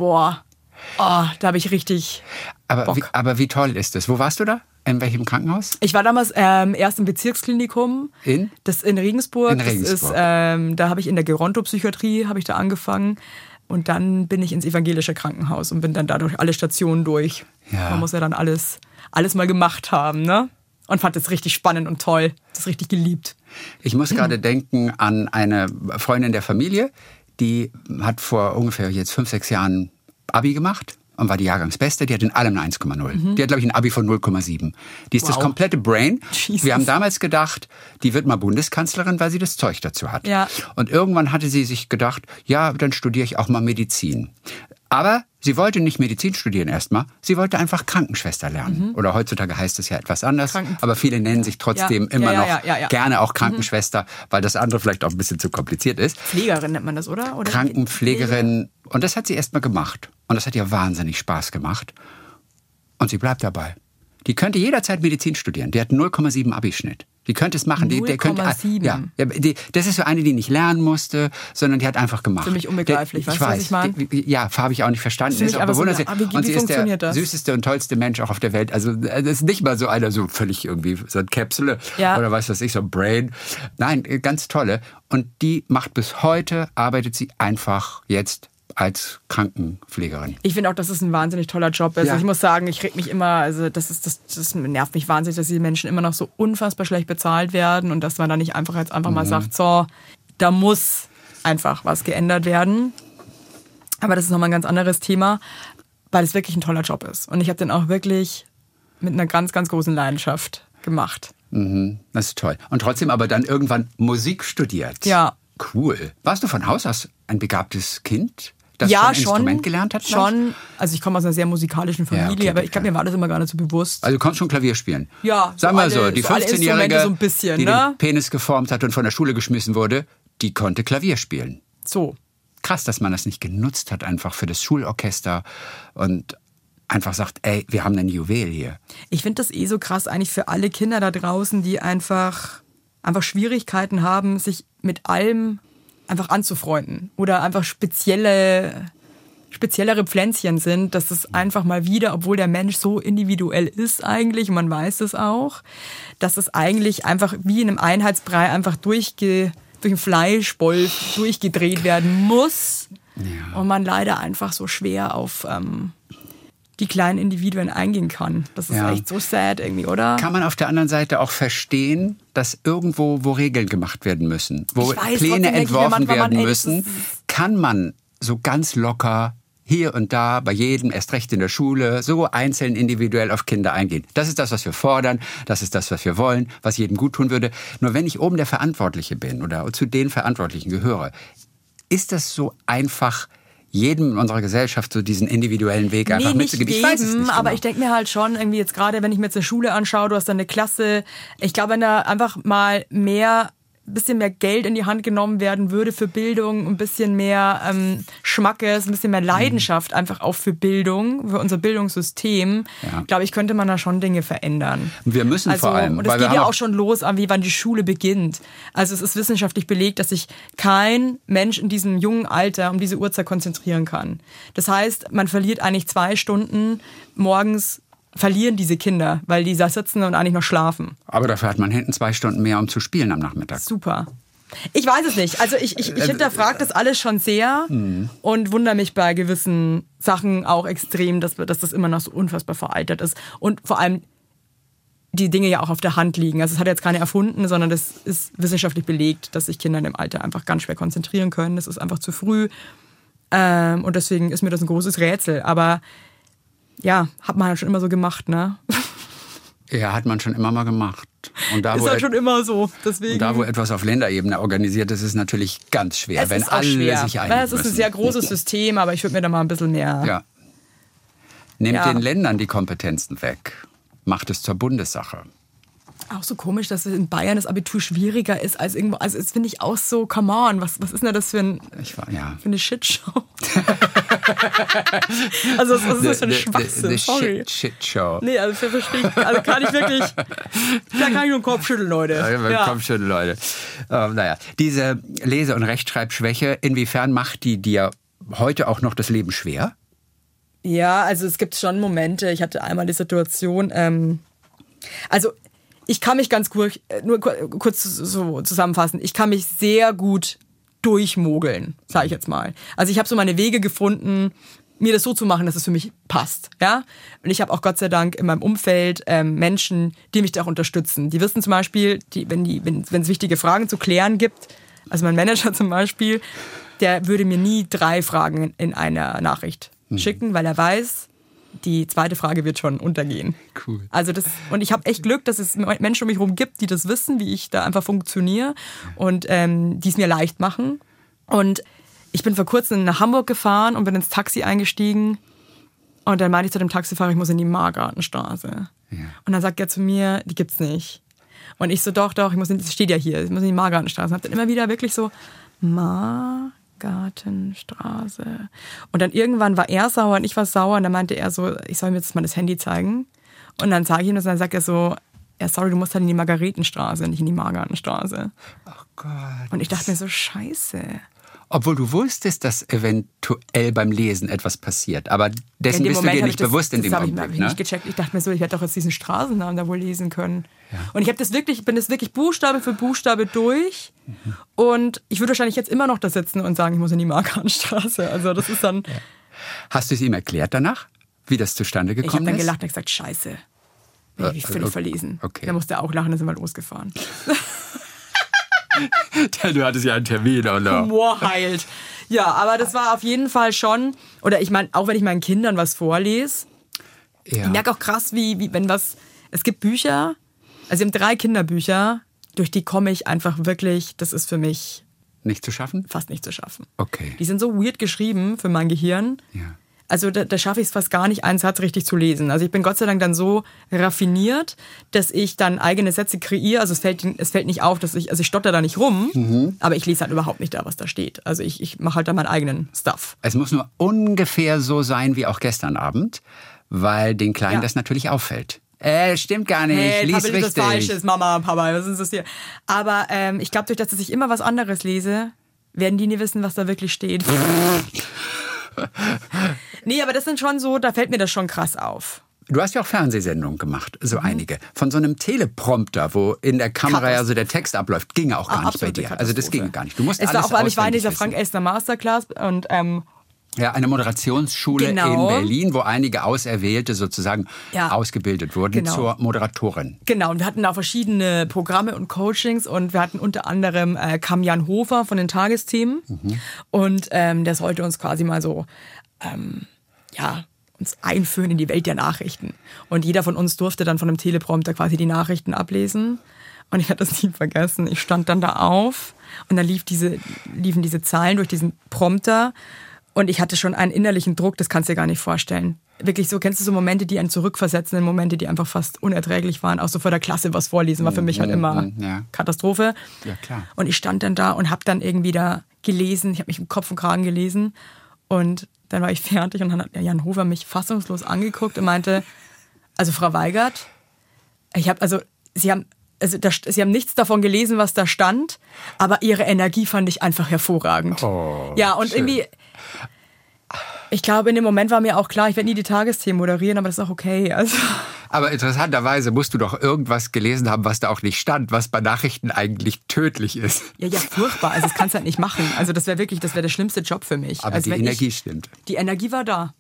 da habe ich richtig Bock. Aber wie toll ist das? Wo warst du da? In welchem Krankenhaus? Ich war damals erst im Bezirksklinikum. Das in Regensburg. Das ist, da habe ich in der Gerontopsychiatrie habe ich da angefangen. Und dann bin ich ins evangelische Krankenhaus und bin dann dadurch alle Stationen durch. Ja. Man muss ja dann alles mal gemacht haben, ne? Und fand das richtig spannend und toll. Das richtig geliebt. Ich muss gerade denken an eine Freundin der Familie, die hat vor ungefähr jetzt 5, 6 Jahren Abi gemacht und war die Jahrgangsbeste. Die hat in allem eine 1,0. Die hat, glaube ich, ein Abi von 0,7. Die ist das komplette Brain. Jesus. Wir haben damals gedacht, die wird mal Bundeskanzlerin, weil sie das Zeug dazu hat. Ja. Und irgendwann hatte sie sich gedacht, ja, dann studiere ich auch mal Medizin. Aber sie wollte nicht Medizin studieren erstmal, sie wollte einfach Krankenschwester lernen. Oder heutzutage heißt es ja etwas anders, aber viele nennen sich trotzdem immer noch gerne auch Krankenschwester, weil das andere vielleicht auch ein bisschen zu kompliziert ist. Pflegerin nennt man das, oder? Krankenpflegerin. Und das hat sie erstmal gemacht. Und das hat ihr wahnsinnig Spaß gemacht. Und sie bleibt dabei. Die könnte jederzeit Medizin studieren. Die hat 0,7 Abischnitt. Die könnte es machen. Die könnte, 0,7. Das ist so eine, die nicht lernen musste, sondern die hat einfach gemacht. Für mich unbegreiflich. Weißt du, was ich meine? Ja, habe ich auch nicht verstanden. Für mich ist auch aber so bewundernswert. Und sie ist der süßeste und tollste Mensch auch auf der Welt. Also das ist nicht mal so einer so völlig irgendwie so ein Käpsele oder was weiß ich, so ein Brain. Nein, ganz tolle. Und die macht bis heute, arbeitet sie einfach jetzt als Krankenpflegerin. Ich finde auch, dass es ein wahnsinnig toller Job ist. Ja. Ich muss sagen, ich reg mich immer, also das nervt mich wahnsinnig, dass die Menschen immer noch so unfassbar schlecht bezahlt werden und dass man da nicht einfach mal sagt, so, da muss einfach was geändert werden. Aber das ist nochmal ein ganz anderes Thema, weil es wirklich ein toller Job ist. Und ich habe den auch wirklich mit einer ganz, ganz großen Leidenschaft gemacht. Das ist toll. Und trotzdem aber dann irgendwann Musik studiert. Ja. Cool. Warst du von Haus aus ein begabtes Kind? Das Ja, schon ein Instrument gelernt hat? Schon. Also ich komme aus einer sehr musikalischen Familie, aber ich glaube, mir war das immer gar nicht so bewusst. Also du konntest schon Klavier spielen? Ja. Sag mal so, die alle 15-Jährige, so ein bisschen, die ne? den Penis geformt hat und von der Schule geschmissen wurde, die konnte Klavier spielen. So. Krass, dass man das nicht genutzt hat einfach für das Schulorchester und einfach sagt, ey, wir haben ein Juwel hier. Ich finde das so krass eigentlich für alle Kinder da draußen, die einfach Schwierigkeiten haben, sich mit allem einfach anzufreunden oder einfach speziellere Pflänzchen sind, dass es einfach mal wieder, obwohl der Mensch so individuell ist eigentlich, und man weiß es auch, dass es eigentlich einfach wie in einem Einheitsbrei einfach durch den Fleischwolf durchgedreht werden muss und man leider einfach so schwer auf die kleinen Individuen eingehen kann. Das ist echt so sad irgendwie, oder? Kann man auf der anderen Seite auch verstehen, dass irgendwo, wo Regeln gemacht werden müssen, wo Pläne entworfen werden müssen, kann man so ganz locker hier und da, bei jedem, erst recht in der Schule, so einzeln individuell auf Kinder eingehen. Das ist das, was wir fordern, das ist das, was wir wollen, was jedem gut tun würde. Nur wenn ich oben der Verantwortliche bin oder zu den Verantwortlichen gehöre, ist das so einfach, jedem in unserer Gesellschaft so diesen individuellen Weg einfach mitzugeben. Ich weiß es nicht genau. Aber ich denke mir halt schon, irgendwie jetzt gerade, wenn ich mir jetzt eine Schule anschaue, du hast da eine Klasse, ich glaube, wenn da einfach mal ein bisschen mehr Geld in die Hand genommen werden würde für Bildung, ein bisschen mehr Schmackes, ein bisschen mehr Leidenschaft einfach auch für Bildung, für unser Bildungssystem, glaube ich, könnte man da schon Dinge verändern. Wir müssen vor allem. Und es geht ja auch schon los, wann die Schule beginnt. Also es ist wissenschaftlich belegt, dass sich kein Mensch in diesem jungen Alter um diese Uhrzeit konzentrieren kann. Das heißt, man verliert eigentlich 2 Stunden morgens, verlieren diese Kinder, weil die da sitzen und eigentlich noch schlafen. Aber dafür hat man hinten 2 Stunden mehr, um zu spielen am Nachmittag. Super. Ich weiß es nicht. Also ich hinterfrage das alles schon sehr und wundere mich bei gewissen Sachen auch extrem, dass das immer noch so unfassbar veraltet ist. Und vor allem die Dinge ja auch auf der Hand liegen. Also es hat jetzt keiner erfunden, sondern das ist wissenschaftlich belegt, dass sich Kinder in dem Alter einfach ganz schwer konzentrieren können. Das ist einfach zu früh. Und deswegen ist mir das ein großes Rätsel. Aber ja, hat man halt schon immer so gemacht, ne? Ja, hat man schon immer mal gemacht. Und da, ist halt schon immer so. Deswegen. Und da, wo etwas auf Länderebene organisiert ist, ist es natürlich ganz schwer, wenn alle sich einigen müssen. Es ist ein sehr großes System, aber ich würde mir da mal ein bisschen mehr... Ja. Nehmt den Ländern die Kompetenzen weg. Macht es zur Bundessache. Auch so komisch, dass in Bayern das Abitur schwieriger ist als irgendwo. Also das finde ich auch so, come on, was ist denn das für eine Shitshow? Also was ist das für ein Schwachsinn? Sorry. Shitshow. Nee, also verstehe ich. Also kann ich wirklich, da kann ich nur den Kopf schütteln, Leute. Kopf schütteln, Leute. Diese Lese- und Rechtschreibschwäche, inwiefern macht die dir heute auch noch das Leben schwer? Ja, also es gibt schon Momente. Ich hatte einmal die Situation, also ich kann mich nur kurz so zusammenfassen, ich kann mich sehr gut durchmogeln, sage ich jetzt mal. Also ich habe so meine Wege gefunden, mir das so zu machen, dass es für mich passt. Ja? Und ich habe auch Gott sei Dank in meinem Umfeld Menschen, die mich da auch unterstützen. Die wissen zum Beispiel, wenn es wichtige Fragen zu klären gibt, also mein Manager zum Beispiel, der würde mir nie 3 Fragen in einer Nachricht schicken, weil er weiß, die zweite Frage wird schon untergehen. Cool. Also und ich habe echt Glück, dass es Menschen um mich herum gibt, die das wissen, wie ich da einfach funktioniere und die es mir leicht machen. Und ich bin vor kurzem nach Hamburg gefahren und bin ins Taxi eingestiegen und dann meinte ich zu dem Taxifahrer, ich muss in die Margartenstraße. Ja. Und dann sagt er zu mir, die gibt's nicht. Und ich so, doch, das steht ja hier, ich muss in die Margartenstraße. Und habe dann immer wieder wirklich so, Gartenstraße. Und dann irgendwann war er sauer und ich war sauer und dann meinte er so, ich soll ihm jetzt mal das Handy zeigen. Und dann zeige ich ihm das und dann sagt er so, ja, sorry, du musst halt in die Margaretenstraße, nicht in die Margartenstraße. Ach Gott. Und ich dachte mir so, scheiße. Obwohl du wusstest, dass eventuell beim Lesen etwas passiert. Aber dessen bist du dir nicht bewusst in dem Augenblick. Das habe ich nicht gecheckt. Ich dachte mir so, ich hätte doch jetzt diesen Straßennamen da wohl lesen können. Ja. Und ich bin das wirklich Buchstabe für Buchstabe durch. Und ich würde wahrscheinlich jetzt immer noch da sitzen und sagen, ich muss in die Margartenstraße. Also das ist dann... Ja. Hast du es ihm erklärt danach, wie das zustande gekommen ist? Ich habe dann gelacht und gesagt, scheiße. Ich bin völlig verlesen. Okay. Da musste er auch lachen, dann sind wir losgefahren. Du hattest ja einen Termin, oder? Humor heilt. Ja, aber das war auf jeden Fall schon, oder ich meine, auch wenn ich meinen Kindern was vorlese, Ja. ich merke auch krass, wie wenn was, es gibt Bücher, also wir haben 3 Kinderbücher, durch die komme ich einfach wirklich, das ist für mich Nicht zu schaffen? fast nicht zu schaffen. Okay. Die sind so weird geschrieben für mein Gehirn. Ja. Also da schaffe ich es fast gar nicht, einen Satz richtig zu lesen. Also ich bin Gott sei Dank dann so raffiniert, dass ich dann eigene Sätze kreiere. Also es fällt nicht auf, dass ich stotter da nicht rum, aber ich lese halt überhaupt nicht da, was da steht. Also ich mache halt da meinen eigenen Stuff. Es muss nur ungefähr so sein wie auch gestern Abend, weil den Kleinen das natürlich auffällt. Stimmt gar nicht, Hey, lies Papa, lies richtig. das Falsches, Mama, Papa, was ist das hier? Aber ich glaube, durch das, dass ich immer was anderes lese, werden die nie wissen, was da wirklich steht. Nee, aber das sind schon so, da fällt mir das schon krass auf. Du hast ja auch Fernsehsendungen gemacht, so einige. Von so einem Teleprompter, wo in der Kamera ja so der Text abläuft, ging auch gar nicht bei dir. Also das ging gar nicht. Du musst es alles war auch, ich war in dieser auswendig Frank Elstner Masterclass und ja, eine Moderationsschule Genau. in Berlin, wo einige Auserwählte sozusagen ausgebildet wurden zur Moderatorin. Genau, und wir hatten da verschiedene Programme und Coachings und wir hatten unter anderem Kam-Jan Hofer von den Tagesthemen und der sollte uns quasi mal so, uns einführen in die Welt der Nachrichten. Und jeder von uns durfte dann von einem Teleprompter quasi die Nachrichten ablesen. Und ich hatte das nie vergessen. Ich stand dann da auf und dann liefen diese Zeilen durch diesen Prompter. Und ich hatte schon einen innerlichen Druck, das kannst du dir gar nicht vorstellen. Wirklich so, kennst du so Momente, die einen zurückversetzen, in Momente, die einfach fast unerträglich waren. Auch so vor der Klasse was vorlesen, war für mich halt immer Katastrophe. Ja, klar. Und ich stand dann da und habe dann irgendwie da gelesen. Ich habe mich im Kopf und Kragen gelesen. Und dann war ich fertig und dann hat Jan Hofer mich fassungslos angeguckt und meinte, also Frau Weigert, Sie haben nichts davon gelesen, was da stand, aber Ihre Energie fand ich einfach hervorragend. Oh, ja, und schön. irgendwie, ich glaube, in dem Moment war mir auch klar, ich werde nie die Tagesthemen moderieren, aber das ist auch okay. Also. Aber interessanterweise musst du doch irgendwas gelesen haben, was da auch nicht stand, was bei Nachrichten eigentlich tödlich ist. Ja, furchtbar. Also das kannst du halt nicht machen. Also das wäre der schlimmste Job für mich. Aber also die Energie stimmt. Die Energie war da.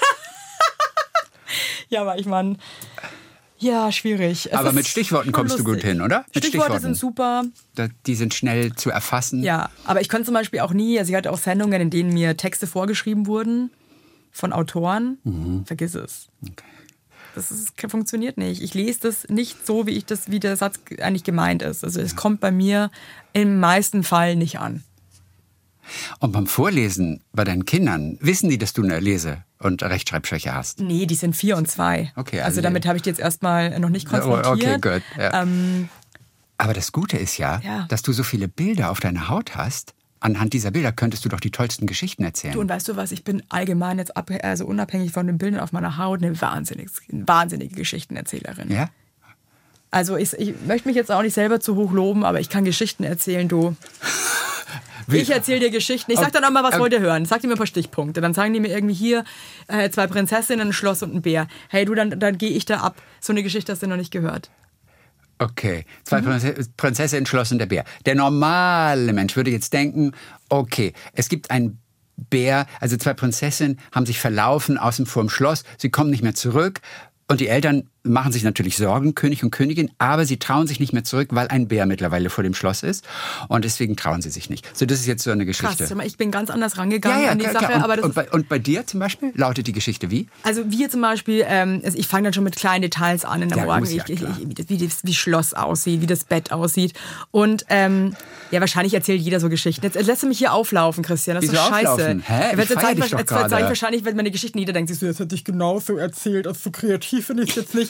Ja, aber ich meine, ja, schwierig. Aber mit Stichworten kommst du gut hin, oder? Mit Stichworte sind super. Die sind schnell zu erfassen. Ja, aber ich konnte zum Beispiel auch nie, also ich hatte auch Sendungen, in denen mir Texte vorgeschrieben wurden von Autoren. Vergiss es. Okay. Das funktioniert nicht. Ich lese das nicht so, wie der Satz eigentlich gemeint ist. Also es kommt bei mir im meisten Fall nicht an. Und beim Vorlesen bei deinen Kindern, wissen die, dass du eine Lese- und Rechtschreibschwäche hast? Nee, die sind 4 und 2. Okay, also damit habe ich die jetzt erstmal noch nicht konfrontiert. Okay, gut. Ja. Aber das Gute ist ja, dass du so viele Bilder auf deiner Haut hast. Anhand dieser Bilder könntest du doch die tollsten Geschichten erzählen. Du, und weißt du was, ich bin allgemein jetzt unabhängig von den Bildern auf meiner Haut eine wahnsinnige Geschichtenerzählerin. Ja? Also ich möchte mich jetzt auch nicht selber zu hoch loben, aber ich kann Geschichten erzählen, du. Ich erzähle dir Geschichten. Ich sag dann auch mal, was wollt ihr hören? Sag dir mir ein paar Stichpunkte. Dann sagen die mir irgendwie hier 2 Prinzessinnen, ein Schloss und ein Bär. Hey du, dann gehe ich da ab. So eine Geschichte hast du noch nicht gehört. Okay, 2 Prinzessinnen, Schloss und der Bär. Der normale Mensch würde jetzt denken, okay, es gibt einen Bär, also 2 Prinzessinnen haben sich verlaufen außen vor dem Schloss, sie kommen nicht mehr zurück und die Eltern machen sich natürlich Sorgen, König und Königin, aber sie trauen sich nicht mehr zurück, weil ein Bär mittlerweile vor dem Schloss ist und deswegen trauen sie sich nicht. So, das ist jetzt so eine Geschichte. Krass, ich bin ganz anders rangegangen an die Sache. Klar. Aber Und bei dir zum Beispiel lautet die Geschichte wie? Also wir zum Beispiel, ich fange dann schon mit kleinen Details an in der Morgen, wie Schloss aussieht, wie das Bett aussieht und wahrscheinlich erzählt jeder so Geschichten. Jetzt lässt du mich hier auflaufen, Christian, das ist doch scheiße. Jetzt zeige ich wahrscheinlich, wenn meine Geschichten, jeder denkt sich so, jetzt hätte ich genauso erzählt, also so kreativ finde ich es jetzt nicht.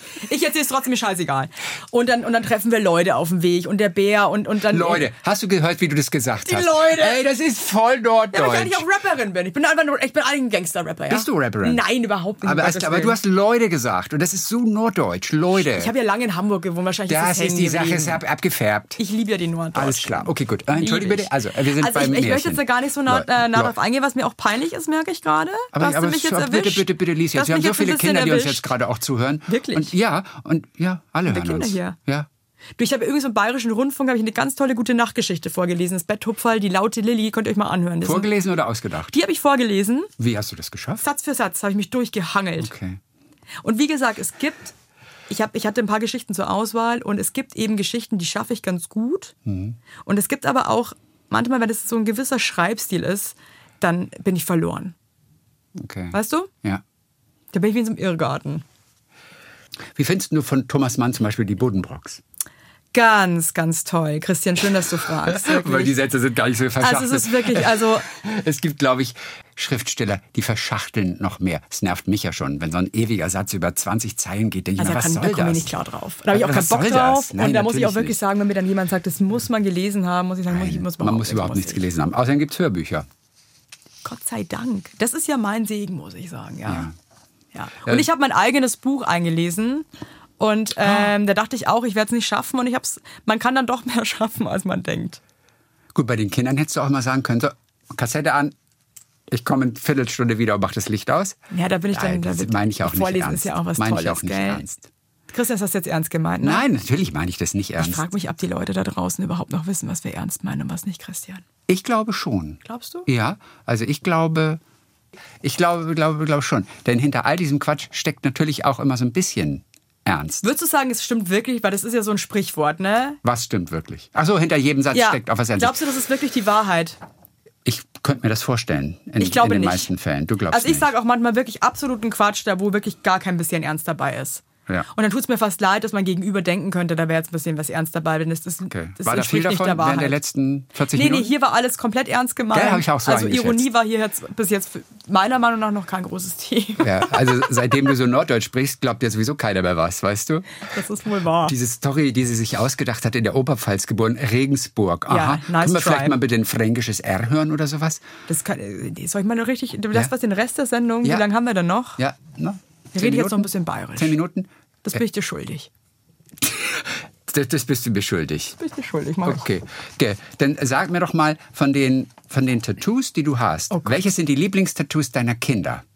Ich erzähle es trotzdem, mir scheißegal. Und dann treffen wir Leute auf dem Weg und der Bär und dann... Leute, hast du gehört, wie du das gesagt hast? Leute. Ey, das ist voll norddeutsch. Ja, weil ich eigentlich auch Rapperin bin. Ich bin eigentlich ein Gangster-Rapper, ja? Bist du Rapperin? Nein, überhaupt nicht. Aber du hast Leute gesagt und das ist so norddeutsch. Leute. Ich habe ja lange in Hamburg gewohnt, wahrscheinlich das ist ist die Sache, ist abgefärbt. Ich liebe ja die Norddeutschen. Alles klar. Okay, gut. Entschuldige bitte. Also, wir sind beim ich möchte jetzt da gar nicht so nah drauf eingehen, was mir auch peinlich ist, merke ich gerade. Aber mich jetzt erwischt. Bitte, Lies jetzt. Wir haben so viele Kinder, die uns jetzt gerade auch zuhören. Wirklich? Und alle hören Kinder uns. Hier. Ja. Ich habe irgendwie so im Bayerischen Rundfunk eine ganz tolle Gute-Nacht-Geschichte vorgelesen. Das Betthupferl, die laute Lilly, könnt ihr euch mal anhören. Vorgelesen oder ausgedacht? Die habe ich vorgelesen. Wie hast du das geschafft? Satz für Satz habe ich mich durchgehangelt. Okay. Und wie gesagt, ich hatte ein paar Geschichten zur Auswahl und es gibt eben Geschichten, die schaffe ich ganz gut. Und es gibt aber auch, manchmal, wenn es so ein gewisser Schreibstil ist, dann bin ich verloren. Okay. Weißt du? Ja. Da bin ich wie in so einem Irrgarten. Wie findest du von Thomas Mann zum Beispiel die Buddenbrocks? Ganz, ganz toll. Christian, schön, dass du fragst. Weil die Sätze sind gar nicht so verschachtelt. Also es ist wirklich, Es gibt, glaube ich, Schriftsteller, die verschachteln noch mehr. Es nervt mich ja schon, wenn so ein ewiger Satz über 20 Zeilen geht. Denke ich mir, was soll das? Da komme ich nicht klar drauf. Da habe ich auch keinen Bock drauf. Nein, und da muss ich auch wirklich sagen, wenn mir dann jemand sagt, das muss man gelesen haben, muss ich sagen, man muss überhaupt nichts gelesen haben. Außerdem gibt es Hörbücher. Gott sei Dank. Das ist ja mein Segen, muss ich sagen. Ja. Und ich habe mein eigenes Buch eingelesen. Und da dachte ich auch, ich werde es nicht schaffen. Und man kann dann doch mehr schaffen, als man denkt. Gut, bei den Kindern hättest du auch mal sagen können, so, Kassette an, ich komme in eine Viertelstunde wieder und mache das Licht aus. Ja, da bin ich dann... Das meine ich auch nicht Vorlesen ernst. ist ja auch was meine Tolles, ich auch nicht gell? ernst. Christian, hast du das jetzt ernst gemeint? Ne? Nein, natürlich meine ich das nicht ernst. Ich frage mich, ob die Leute da draußen überhaupt noch wissen, was wir ernst meinen und was nicht, Christian. Ich glaube schon. Glaubst du? Ja, also ich glaube schon. Denn hinter all diesem Quatsch steckt natürlich auch immer so ein bisschen Ernst. Würdest du sagen, es stimmt wirklich? Weil das ist ja so ein Sprichwort, ne? Was stimmt wirklich? Ach so, hinter jedem Satz steckt auch was Ernstes. Glaubst du, das ist wirklich die Wahrheit? Ich könnte mir das vorstellen. Ich glaube in den nicht. meisten Fällen. Du glaubst Also ich sage auch manchmal wirklich absoluten Quatsch, da wo wirklich gar kein bisschen Ernst dabei ist. Ja. Und dann tut es mir fast leid, dass man gegenüber denken könnte, da wäre jetzt ein bisschen was ernst dabei. Denn das okay. Das war da viel davon während der letzten 40 Minuten? Nee, hier war alles komplett ernst gemeint. Ja, habe ich auch so Also Ironie war hier jetzt bis jetzt meiner Meinung nach noch kein großes Thema. Ja, also seitdem du so Norddeutsch sprichst, glaubt ja sowieso keiner mehr was, weißt du? Das ist wohl wahr. Diese Story, die sie sich ausgedacht hat, in der Oberpfalz geboren, Regensburg. Aha. Ja, nice. Können wir vielleicht mal bitte ein fränkisches R hören oder sowas? Soll ich mal noch richtig, das was den Rest der Sendung, wie lange haben wir denn noch? Ja, ne? Ich rede jetzt noch ein bisschen bayerisch. 10 Minuten? Das bin ich dir schuldig. Das bist du mir schuldig. Das bin ich dir schuldig, mach ich. Okay. Dann sag mir doch mal von den Tattoos, die du hast. Welche sind die Lieblingstattoos deiner Kinder?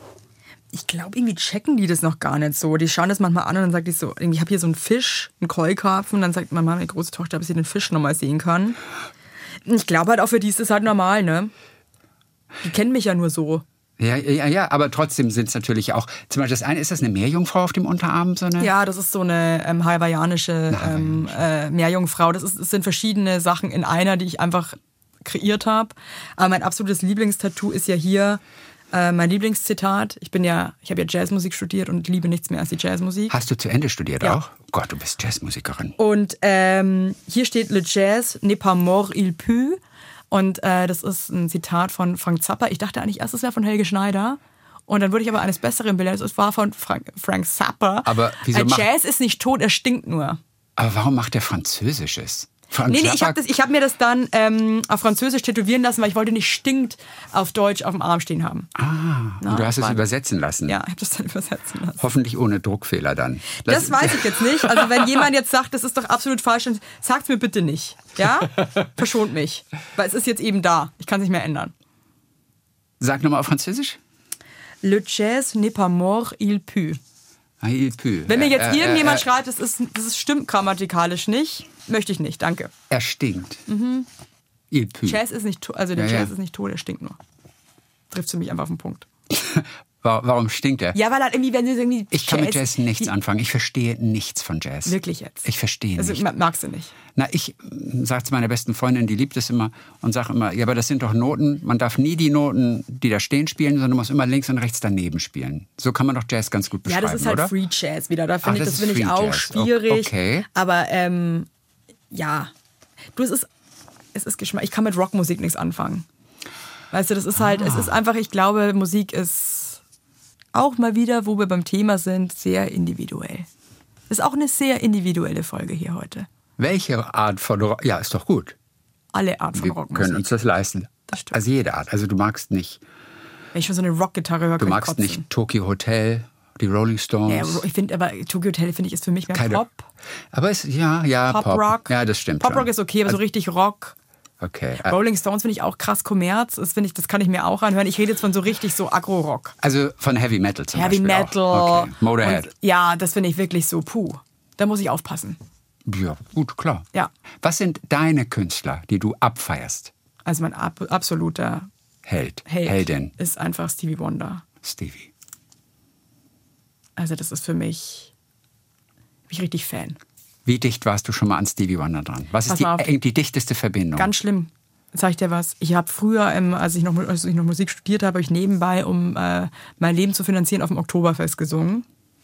Ich glaube, irgendwie checken die das noch gar nicht so. Die schauen das manchmal an und dann sagt die so, ich habe hier so einen Fisch, einen Keukarpfen. Und dann sagt Mama, meine große Tochter, ob sie den Fisch nochmal sehen kann. Ich glaube halt auch für die ist das halt normal, ne? Die kennen mich ja nur so. Ja, aber trotzdem sind es natürlich auch, zum Beispiel das eine, ist das eine Meerjungfrau auf dem Unterarm? So eine? Ja, das ist so eine hawaiianische Meerjungfrau. Das sind verschiedene Sachen in einer, die ich einfach kreiert habe. Aber mein absolutes Lieblingstattoo ist ja hier mein Lieblingszitat. Ich habe ja Jazzmusik studiert und liebe nichts mehr als die Jazzmusik. Hast du zu Ende studiert auch? Gott, du bist Jazzmusikerin. Und hier steht, le jazz n'est pas mort, il pue. Und das ist ein Zitat von Frank Zappa. Ich dachte eigentlich erst, es wäre von Helge Schneider. Und dann wurde ich aber eines Besseren belehrt. Es war von Frank Zappa. Aber wieso Jazz ist nicht tot, er stinkt nur. Aber warum macht der Französisches? Nee, ich hab mir das dann auf Französisch tätowieren lassen, weil ich wollte nicht stinkt auf Deutsch auf dem Arm stehen haben. Und du hast es übersetzen lassen? Ja, ich habe das dann übersetzen lassen. Hoffentlich ohne Druckfehler dann. Das weiß ich jetzt nicht. Also wenn jemand jetzt sagt, das ist doch absolut falsch, dann sagt's mir bitte nicht. Ja? Verschont mich. Weil es ist jetzt eben da. Ich kann es nicht mehr ändern. Sag nochmal auf Französisch. Le jazz n'est pas mort, il pue. Il pue. Wenn mir jetzt irgendjemand schreibt, das stimmt grammatikalisch nicht, möchte ich nicht, danke. Er stinkt. Il pue. Jazz ist nicht tot, Jazz ist nicht tot, er stinkt nur. Trifft für mich einfach auf den Punkt. Warum stinkt er? Ja, weil halt irgendwie ich kann mit Jazz nichts anfangen. Ich verstehe nichts von Jazz. Wirklich jetzt? Ich verstehe nicht. Also magst du nicht? Na, ich sage zu meiner besten Freundin, die liebt es immer und sage immer, ja, aber das sind doch Noten. Man darf nie die Noten, die da stehen, spielen, sondern man muss immer links und rechts daneben spielen. So kann man doch Jazz ganz gut beschreiben, oder? Ja, das ist halt oder? Free Jazz wieder. Das finde ich Free auch Jazz. schwierig. Okay. Aber ja, es ist Geschmack. Ich kann mit Rockmusik nichts anfangen. Weißt du, das ist halt, es ist einfach, ich glaube, Musik ist auch mal wieder, wo wir beim Thema sind, sehr individuell. Ist auch eine sehr individuelle Folge hier heute. Welche Art von Rock? Ja, ist doch gut. Alle Arten von Wir Rockmusik. können uns das leisten. Das stimmt. Also jede Art. Also du magst nicht, Wenn ich schon so eine Rockgitarre höre, du kann ich magst kotzen. nicht Tokyo Hotel, die Rolling Stones. Ja, ich finde aber Tokyo Hotel finde ich ist für mich mehr Keine- Pop. Aber es, ja, Pop. Pop-Rock. Ja, das stimmt Pop-Rock schon. ist okay, aber so richtig Rock. Okay. Rolling Stones finde ich auch krass Kommerz. Das kann ich mir auch anhören. Ich rede jetzt von so richtig so Agro-Rock. Also von Heavy Metal zum Heavy Beispiel Metal. auch. Okay. Motorhead. Und, ja, das finde ich wirklich so, Da muss ich aufpassen. Ja, gut, klar. Ja. Was sind deine Künstler, die du abfeierst? Also mein absoluter Held Heldin, ist einfach Stevie Wonder. Stevie. Also das ist für mich, bin ich richtig Fan. Wie dicht warst du schon mal an Stevie Wonder dran? Was Pass ist mal auf. die dichteste Verbindung? Ganz schlimm. Sag ich dir was. Ich habe früher, als ich noch Musik studiert habe, ich nebenbei, um mein Leben zu finanzieren, auf dem Oktoberfest gesungen.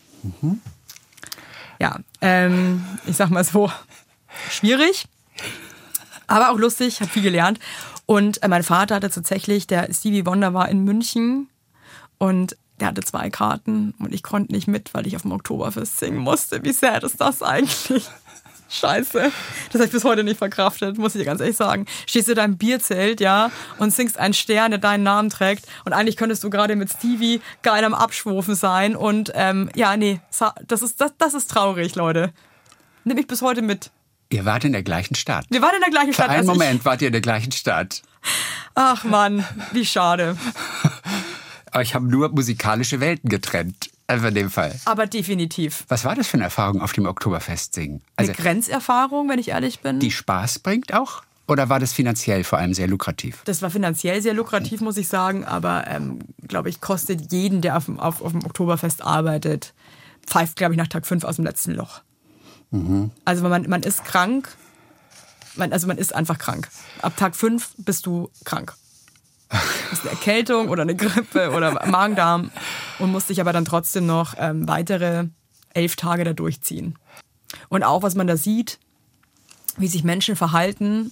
Ja, ich sag mal so, schwierig, aber auch lustig, hat viel gelernt. Und mein Vater hatte tatsächlich, der Stevie Wonder war in München und der hatte 2 Karten und ich konnte nicht mit, weil ich auf dem Oktoberfest singen musste. Wie sad ist das eigentlich? Scheiße. Das habe ich bis heute nicht verkraftet, muss ich dir ganz ehrlich sagen. Stehst du in deinem Bierzelt, ja, und singst einen Stern, der deinen Namen trägt. Und eigentlich könntest du gerade mit Stevie geil am Abschwufen sein. Und ja, nee, das ist traurig, Leute. Nimm mich bis heute mit. Ihr wart in der gleichen Stadt. Wir waren in der gleichen Für Stadt. einen Moment wart ihr in der gleichen Stadt. Ach Mann, wie schade. Euch haben nur musikalische Welten getrennt. Also in dem Fall. Aber definitiv. Was war das für eine Erfahrung auf dem Oktoberfest singen? Also Eine Grenzerfahrung, wenn ich ehrlich bin. die Spaß bringt auch? Oder war das finanziell vor allem sehr lukrativ? Das war finanziell sehr lukrativ, muss ich sagen, aber glaube ich, kostet jeden, der auf dem Oktoberfest arbeitet, pfeift, glaube ich, nach Tag 5 aus dem letzten Loch. Also man ist krank, man ist einfach krank. Ab Tag 5 bist du krank. Das ist eine Erkältung oder eine Grippe oder Magen-Darm und musste ich aber dann trotzdem noch weitere 11 Tage da durchziehen. Und auch, was man da sieht, wie sich Menschen verhalten,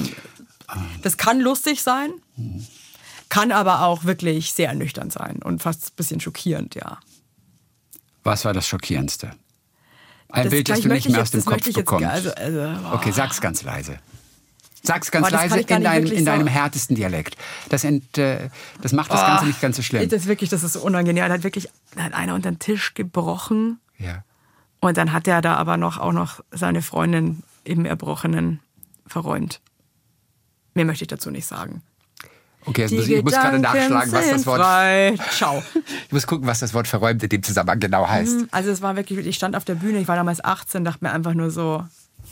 das kann lustig sein, kann aber auch wirklich sehr ernüchternd sein und fast ein bisschen schockierend, ja. Was war das Schockierendste? Ein Das Bild, das gleich du möchte nicht ich mehr jetzt- aus dem das Kopf möchte ich jetzt- bekommst. boah. Okay, sag's ganz leise. Sag's ganz Boah, das kann leise ich gar nicht wirklich in deinem sagen. härtesten Dialekt. Das macht das Ganze nicht ganz so schlimm. Das ist so unangenehm. Da hat einer unter den Tisch gebrochen Ja. und dann hat er da aber auch noch seine Freundin im Erbrochenen verräumt. Mehr möchte ich dazu nicht sagen. Okay, jetzt ich muss gerade nachschlagen, was das Wort. Frei. Ciao. Ich muss gucken, was das Wort verräumt in dem Zusammenhang genau heißt. Also es war wirklich, ich stand auf der Bühne, ich war damals 18, dachte mir einfach nur so,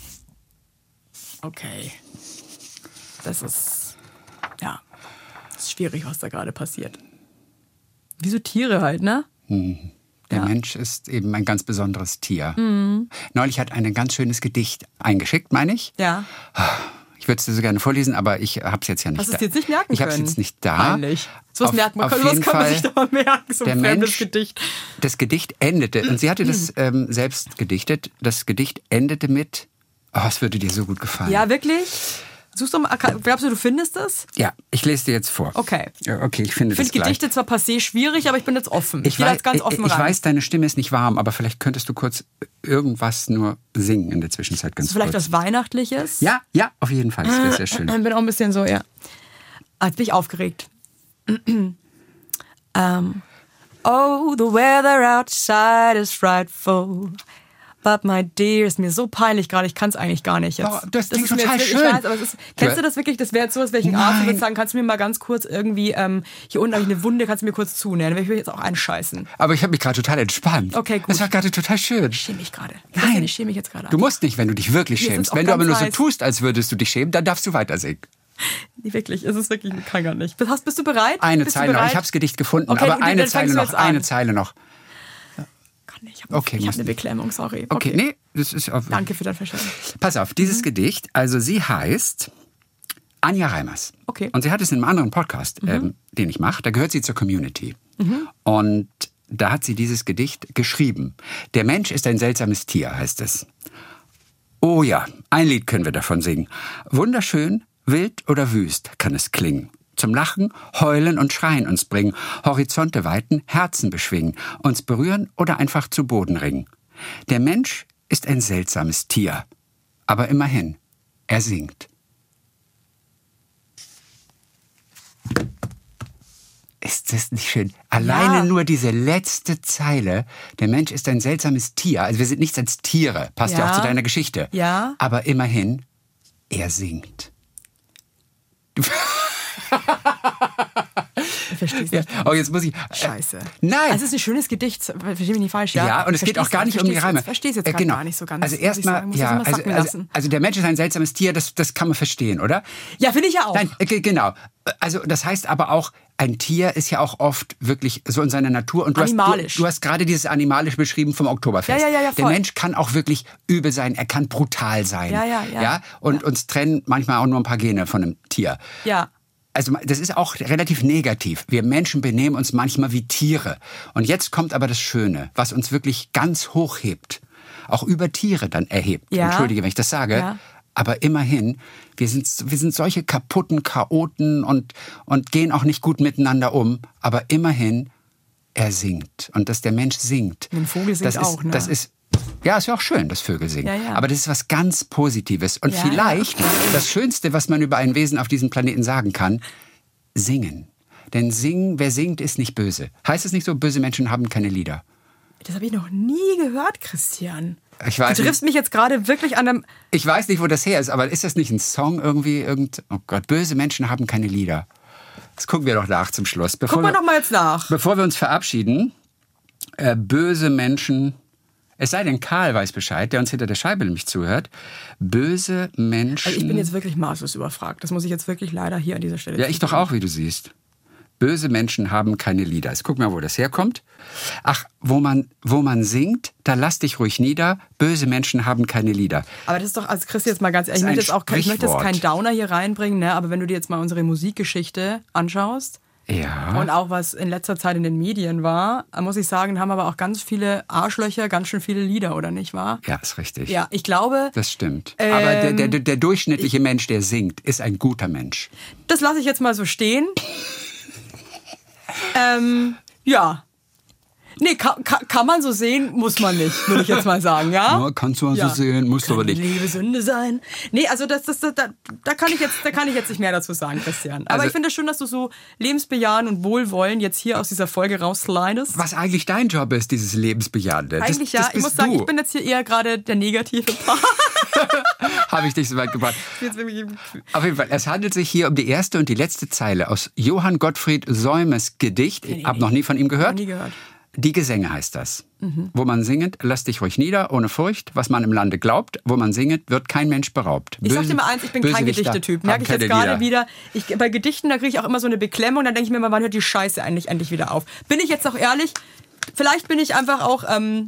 okay, das ist schwierig, was da gerade passiert. Wie so Tiere halt, ne? Der Mensch ist eben ein ganz besonderes Tier. Neulich hat ein ganz schönes Gedicht eingeschickt, meine ich. Ja. Ich würde es dir so gerne vorlesen, aber ich habe es jetzt ja nicht Hast du da. es jetzt nicht merken Ich habe es können? jetzt nicht da. Peinlich. So was Auf kann jeden man Fall sich doch mal merken, so der ein fremdes Mensch, Gedicht. Das Gedicht endete, und sie hatte das selbst gedichtet, das Gedicht endete mit, es würde dir so gut gefallen. Ja, wirklich? Suchst du mal, glaubst du findest es? Ja, ich lese dir jetzt vor. Okay. Ja, okay, ich finde Ich das finde gleich. Gedichte zwar passé schwierig, aber ich bin jetzt offen. Ich gehe weiß, jetzt ganz offen ich rein. weiß, deine Stimme ist nicht warm, aber vielleicht könntest du kurz irgendwas nur singen in der Zwischenzeit ganz Vielleicht kurz. was Weihnachtliches? Ja, auf jeden Fall. Das wäre sehr schön. Ich bin auch ein bisschen so, ja. Jetzt bin ich aufgeregt. Oh, the weather outside is frightful. But my dear, ist mir so peinlich gerade, ich kann es eigentlich gar nicht jetzt. Oh, das klingt ist mir total jetzt, schön. Ich weiß, aber kennst du das wirklich? Das wäre jetzt so, als wäre ich ein Arzt und würde sagen, kannst du mir mal ganz kurz irgendwie, hier unten habe ich eine Wunde, kannst du mir kurz zunähen? Dann will ich jetzt auch einscheißen. Aber ich habe mich gerade total entspannt. Okay, gut. Das war gerade total schön. Ich schäme mich gerade. Nein. Ich schäme mich jetzt gerade. Du musst nicht, wenn du dich wirklich Mir ist schämst. es auch Wenn du aber ganz nur so heiß. tust, als würdest du dich schämen, dann darfst du weiter singen. Nee, wirklich, es ist wirklich, ich kann gar nicht. Bist du bereit? Eine Bist du Zeile noch. bereit? Ich habe das Gedicht gefunden, Okay, aber dann eine fängst Zeile du noch. jetzt an. Eine Zeile noch. Kann nicht. Okay, ich habe musst eine nicht. Beklemmung, sorry. Okay, nee, das ist auch. Danke für dein Verständnis. Pass auf, dieses Gedicht, also sie heißt Anja Reimers. Okay. Und sie hat es in einem anderen Podcast, den ich mache, da gehört sie zur Community. Und da hat sie dieses Gedicht geschrieben. Der Mensch ist ein seltsames Tier, heißt es. Oh ja, ein Lied können wir davon singen. Wunderschön, wild oder wüst kann es klingen. Zum Lachen, Heulen und Schreien uns bringen, Horizonte weiten, Herzen beschwingen, uns berühren oder einfach zu Boden ringen. Der Mensch ist ein seltsames Tier, aber immerhin, er singt. Ist das nicht schön? Alleine nur diese letzte Zeile, der Mensch ist ein seltsames Tier, also wir sind nichts als Tiere, passt ja auch zu deiner Geschichte. Ja. Aber immerhin, er singt. Ich verstehe es nicht. Oh, jetzt muss ich... Scheiße. Nein. Also es ist ein schönes Gedicht, verstehe mich nicht falsch, ja? Ja, und es geht auch gar nicht um die Reime. Ich verstehe es jetzt gerade gar nicht so ganz. Also erstmal, ja, also der Mensch ist ein seltsames Tier, das kann man verstehen, oder? Ja, finde ich ja auch. Nein, genau. Also das heißt aber auch, ein Tier ist ja auch oft wirklich so in seiner Natur. Und animalisch. Du hast gerade dieses Animalisch beschrieben vom Oktoberfest. Ja, voll. Der Mensch kann auch wirklich übel sein, er kann brutal sein. Ja. Und uns trennen manchmal auch nur ein paar Gene von einem Tier. Ja. Also das ist auch relativ negativ. Wir Menschen benehmen uns manchmal wie Tiere. Und jetzt kommt aber das Schöne, was uns wirklich ganz hoch hebt. Auch über Tiere dann erhebt. Ja. Entschuldige, wenn ich das sage. Ja. Aber immerhin, wir sind solche kaputten Chaoten und gehen auch nicht gut miteinander um. Aber immerhin, er singt. Und dass der Mensch singt. Ein Vogel singt auch, ne? Das ist ja auch schön, dass Vögel singen. Ja. Aber das ist was ganz Positives. Und vielleicht das Schönste, was man über ein Wesen auf diesem Planeten sagen kann, singen. Denn wer singt, ist nicht böse. Heißt es nicht so, böse Menschen haben keine Lieder? Das habe ich noch nie gehört, Christian. Du triffst mich jetzt gerade wirklich an einem... Ich weiß nicht, wo das her ist, aber ist das nicht ein Song irgendwie? Oh Gott, böse Menschen haben keine Lieder. Das gucken wir doch nach zum Schluss. Gucken wir doch mal jetzt nach. Bevor wir uns verabschieden, böse Menschen... Es sei denn, Karl weiß Bescheid, der uns hinter der Scheibe nämlich zuhört. Böse Menschen... Also ich bin jetzt wirklich maßlos überfragt. Das muss ich jetzt wirklich leider hier an dieser Stelle Ja, ich doch auch, wie du siehst. Böse Menschen haben keine Lieder. Jetzt guck mal, wo das herkommt. Ach, wo man singt, da lass dich ruhig nieder. Böse Menschen haben keine Lieder. Aber das ist doch, also Christi, jetzt mal ganz ehrlich, ich möchte jetzt keinen Downer hier reinbringen, ne? Aber wenn du dir jetzt mal unsere Musikgeschichte anschaust... Ja. Und auch was in letzter Zeit in den Medien war, muss ich sagen, haben aber auch ganz viele Arschlöcher, ganz schön viele Lieder, oder nicht wahr? Ja, ist richtig. Ja, ich glaube... Das stimmt. Aber der durchschnittliche Mensch, der singt, ist ein guter Mensch. Das lasse ich jetzt mal so stehen. Ja. Nee, kann man so sehen, muss man nicht, würde ich jetzt mal sagen, ja? Ja, kannst du so sehen, musst du aber nicht. Liebe Sünde sein. Nee, also da kann ich jetzt nicht mehr dazu sagen, Christian. Aber ich finde es schön, dass du so lebensbejahend und wohlwollend jetzt hier aus dieser Folge rausslidest. Was eigentlich dein Job ist, dieses Lebensbejahende. Eigentlich das ich muss sagen, ich bin jetzt hier eher gerade der negative Part. Habe ich dich so weit gebracht. Auf jeden Fall, es handelt sich hier um die erste und die letzte Zeile aus Johann Gottfried Säumes Gedicht. Ich habe noch nie von ihm gehört. Noch nie gehört. Die Gesänge heißt das. Wo man singet, lass dich ruhig nieder, ohne Furcht. Was man im Lande glaubt, wo man singet, wird kein Mensch beraubt. Ich sag dir mal eins, ich bin kein Gedichtetyp. Merke ich jetzt gerade wieder. Bei Gedichten, da kriege ich auch immer so eine Beklemmung. Dann denke ich mir immer, wann hört die Scheiße endlich wieder auf? Bin ich jetzt auch ehrlich? Vielleicht bin ich einfach auch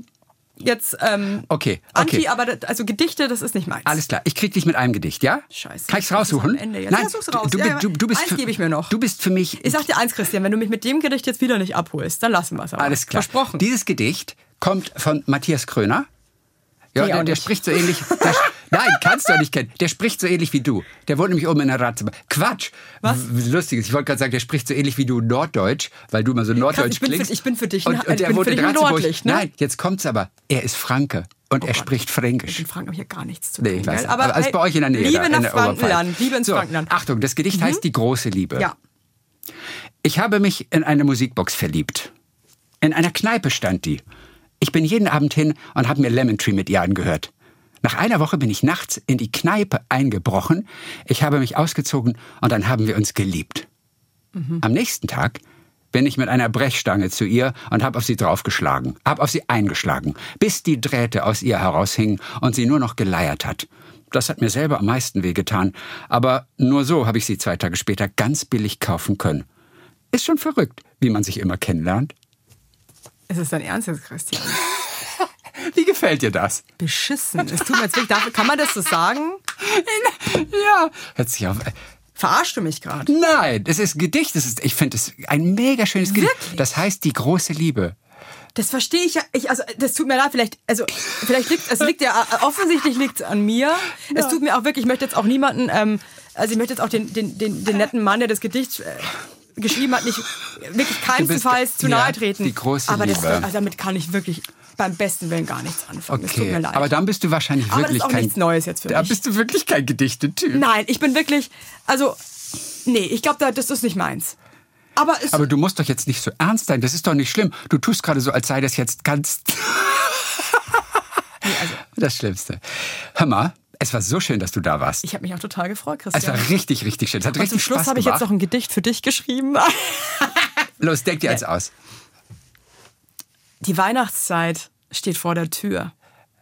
okay. Anti, aber also Gedichte, das ist nicht meins. Alles klar, ich krieg dich mit einem Gedicht, ja? Scheiße. Kann ich's raussuchen? Nein, ja, such's raus. Du bist eins gebe ich mir noch. Du bist für mich... Ich sag dir eins, Christian, wenn du mich mit dem Gedicht jetzt wieder nicht abholst, dann lassen wir es aber. Alles klar. Versprochen. Dieses Gedicht kommt von Matthias Kröner. Ja, der spricht so ähnlich... Nein, kannst du nicht kennen. Der spricht so ähnlich wie du. Der wohnt nämlich oben in der Ratszimmer. Quatsch! Was? Lustiges. Ich wollte gerade sagen, der spricht so ähnlich wie du Norddeutsch, weil du mal so Norddeutsch klingst. Ich bin für dich und der wohnt in Nordlicht, ne? Nein, jetzt kommt's aber. Er ist Franke. Und er spricht Fränkisch. Mit Franken habe ich ja gar nichts zu tun. Nee, ich weiß. Aber also bei euch in der Nähe. Liebe nach Frankenland. Liebe ins Frankenland. Achtung, das Gedicht heißt Die große Liebe. Ja. Ich habe mich in eine Musikbox verliebt. In einer Kneipe stand die. Ich bin jeden Abend hin und habe mir Lemon Tree mit ihr angehört. Nach einer Woche bin ich nachts in die Kneipe eingebrochen. Ich habe mich ausgezogen und dann haben wir uns geliebt. Am nächsten Tag bin ich mit einer Brechstange zu ihr und habe auf sie draufgeschlagen, habe auf sie eingeschlagen, bis die Drähte aus ihr heraushingen und sie nur noch geleiert hat. Das hat mir selber am meisten wehgetan, aber nur so habe ich sie 2 Tage später ganz billig kaufen können. Ist schon verrückt, wie man sich immer kennenlernt. Ist es dein Ernst jetzt, Christian? Wie gefällt dir das? Beschissen. Es tut mir jetzt wirklich, kann man das so sagen? Ja. Hört sich auf. Verarschst du mich gerade? Nein, es ist ein Gedicht. Ich finde es ein mega schönes Gedicht. Wirklich? Das heißt Die große Liebe. Das verstehe ich ja. Also das tut mir leid. Offensichtlich liegt es an mir. Ja. Es tut mir auch wirklich. Ich möchte jetzt auch niemanden. Ich möchte jetzt auch den netten Mann, der das Gedicht geschrieben hat, nicht wirklich keinstenfalls zu nahe treten. Die große aber Liebe. Damit kann ich wirklich. beim besten Willen gar nichts anfangen. Es tut mir leid. Aber dann bist du wahrscheinlich Aber wirklich das ist auch nichts Neues jetzt für mich. Da bist du wirklich kein Gedichtetyp. Nein, ich bin wirklich, also, nee, ich glaube, das ist nicht meins. Aber du musst doch jetzt nicht so ernst sein, das ist doch nicht schlimm. Du tust gerade so, als sei das jetzt ganz... nee, also, das Schlimmste. Hör mal, es war so schön, dass du da warst. Ich habe mich auch total gefreut, Christian. Es war richtig, richtig schön. Es hat Und richtig zum Schluss Spaß habe ich gemacht. jetzt noch ein Gedicht für dich geschrieben. Los, denk dir eins aus. Die Weihnachtszeit steht vor der Tür.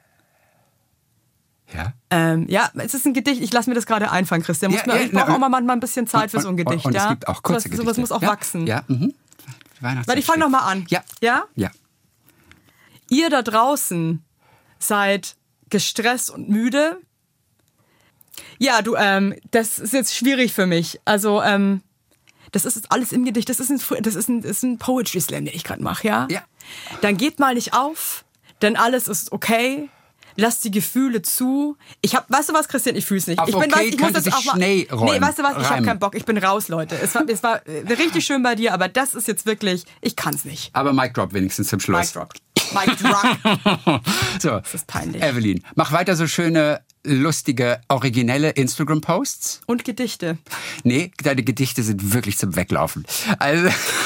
Ja? Ja, es ist ein Gedicht. Ich lasse mir das gerade einfallen, Christian. Ich brauche auch mal manchmal ein bisschen Zeit für so ein Gedicht. Und ja? es gibt auch kurze Gedichte. Sowas muss auch wachsen. Ja, Weihnachtszeit. Weil ich fange noch mal an. Ja. Ja? Ja. Ihr da draußen seid gestresst und müde. Ja, das ist jetzt schwierig für mich. Also, das ist jetzt alles im Gedicht. Das ist ein Poetry Slam, den ich gerade mache, ja? Ja. Dann geht mal nicht auf, denn alles ist okay. Lasst die Gefühle zu. Weißt du was, Christian? Ich fühl's nicht. Auf Ich könnte sich Schnee räumen. Nee, weißt du was? Ich habe reimen. keinen Bock. Ich bin raus, Leute. Es war richtig schön bei dir, aber das ist jetzt wirklich, ich kann's nicht. Aber Mic Drop wenigstens zum Schluss. Mic drop. Mic drop. So, Das ist peinlich. Evelyn, mach weiter so schöne, lustige, originelle Instagram-Posts. Und Gedichte. Nee, deine Gedichte sind wirklich zum Weglaufen. Also...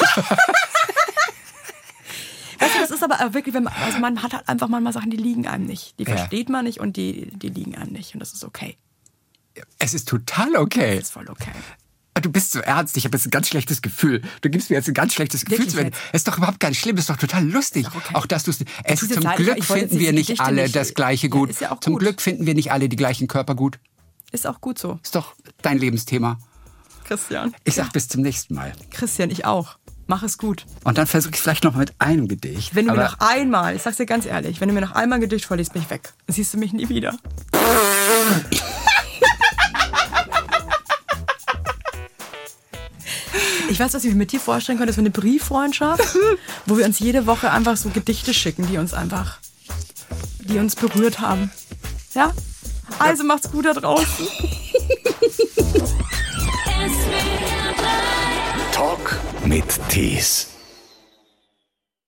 Weißt du, das ist aber auch wirklich, man hat halt einfach manchmal Sachen, die liegen einem nicht. Die versteht man nicht und die liegen einem nicht. Und das ist okay. Es ist total okay. Das ist voll okay. Du bist so ernst, ich habe jetzt ein ganz schlechtes Gefühl. Du gibst mir jetzt ein ganz schlechtes Gefühl. Wirklich jetzt? Es ist doch überhaupt gar nicht schlimm, es ist doch total lustig. Ist okay. Auch dass du es... tut jetzt Zum leid, Glück ich wollte finden jetzt wir diese nicht Gedichte alle nicht- das Gleiche gut. ist ja auch Zum gut. Glück finden wir nicht alle die gleichen Körper gut. Ist auch gut so, Ist doch dein Lebensthema. Christian. Ich sag bis zum nächsten Mal. Christian, ich auch. Mach es gut. Und dann versuche ich vielleicht noch mit einem Gedicht. Wenn du mir Aber noch einmal, ich sag's dir ganz ehrlich, wenn du mir noch einmal ein Gedicht vorliest, bin ich weg. Dann siehst du mich nie wieder. Ich weiß, was ich mir mit dir vorstellen könnte, das wäre eine Brieffreundschaft, wo wir uns jede Woche einfach so Gedichte schicken, die uns berührt haben. Ja? Also macht's gut da draußen. Talk mit Tees.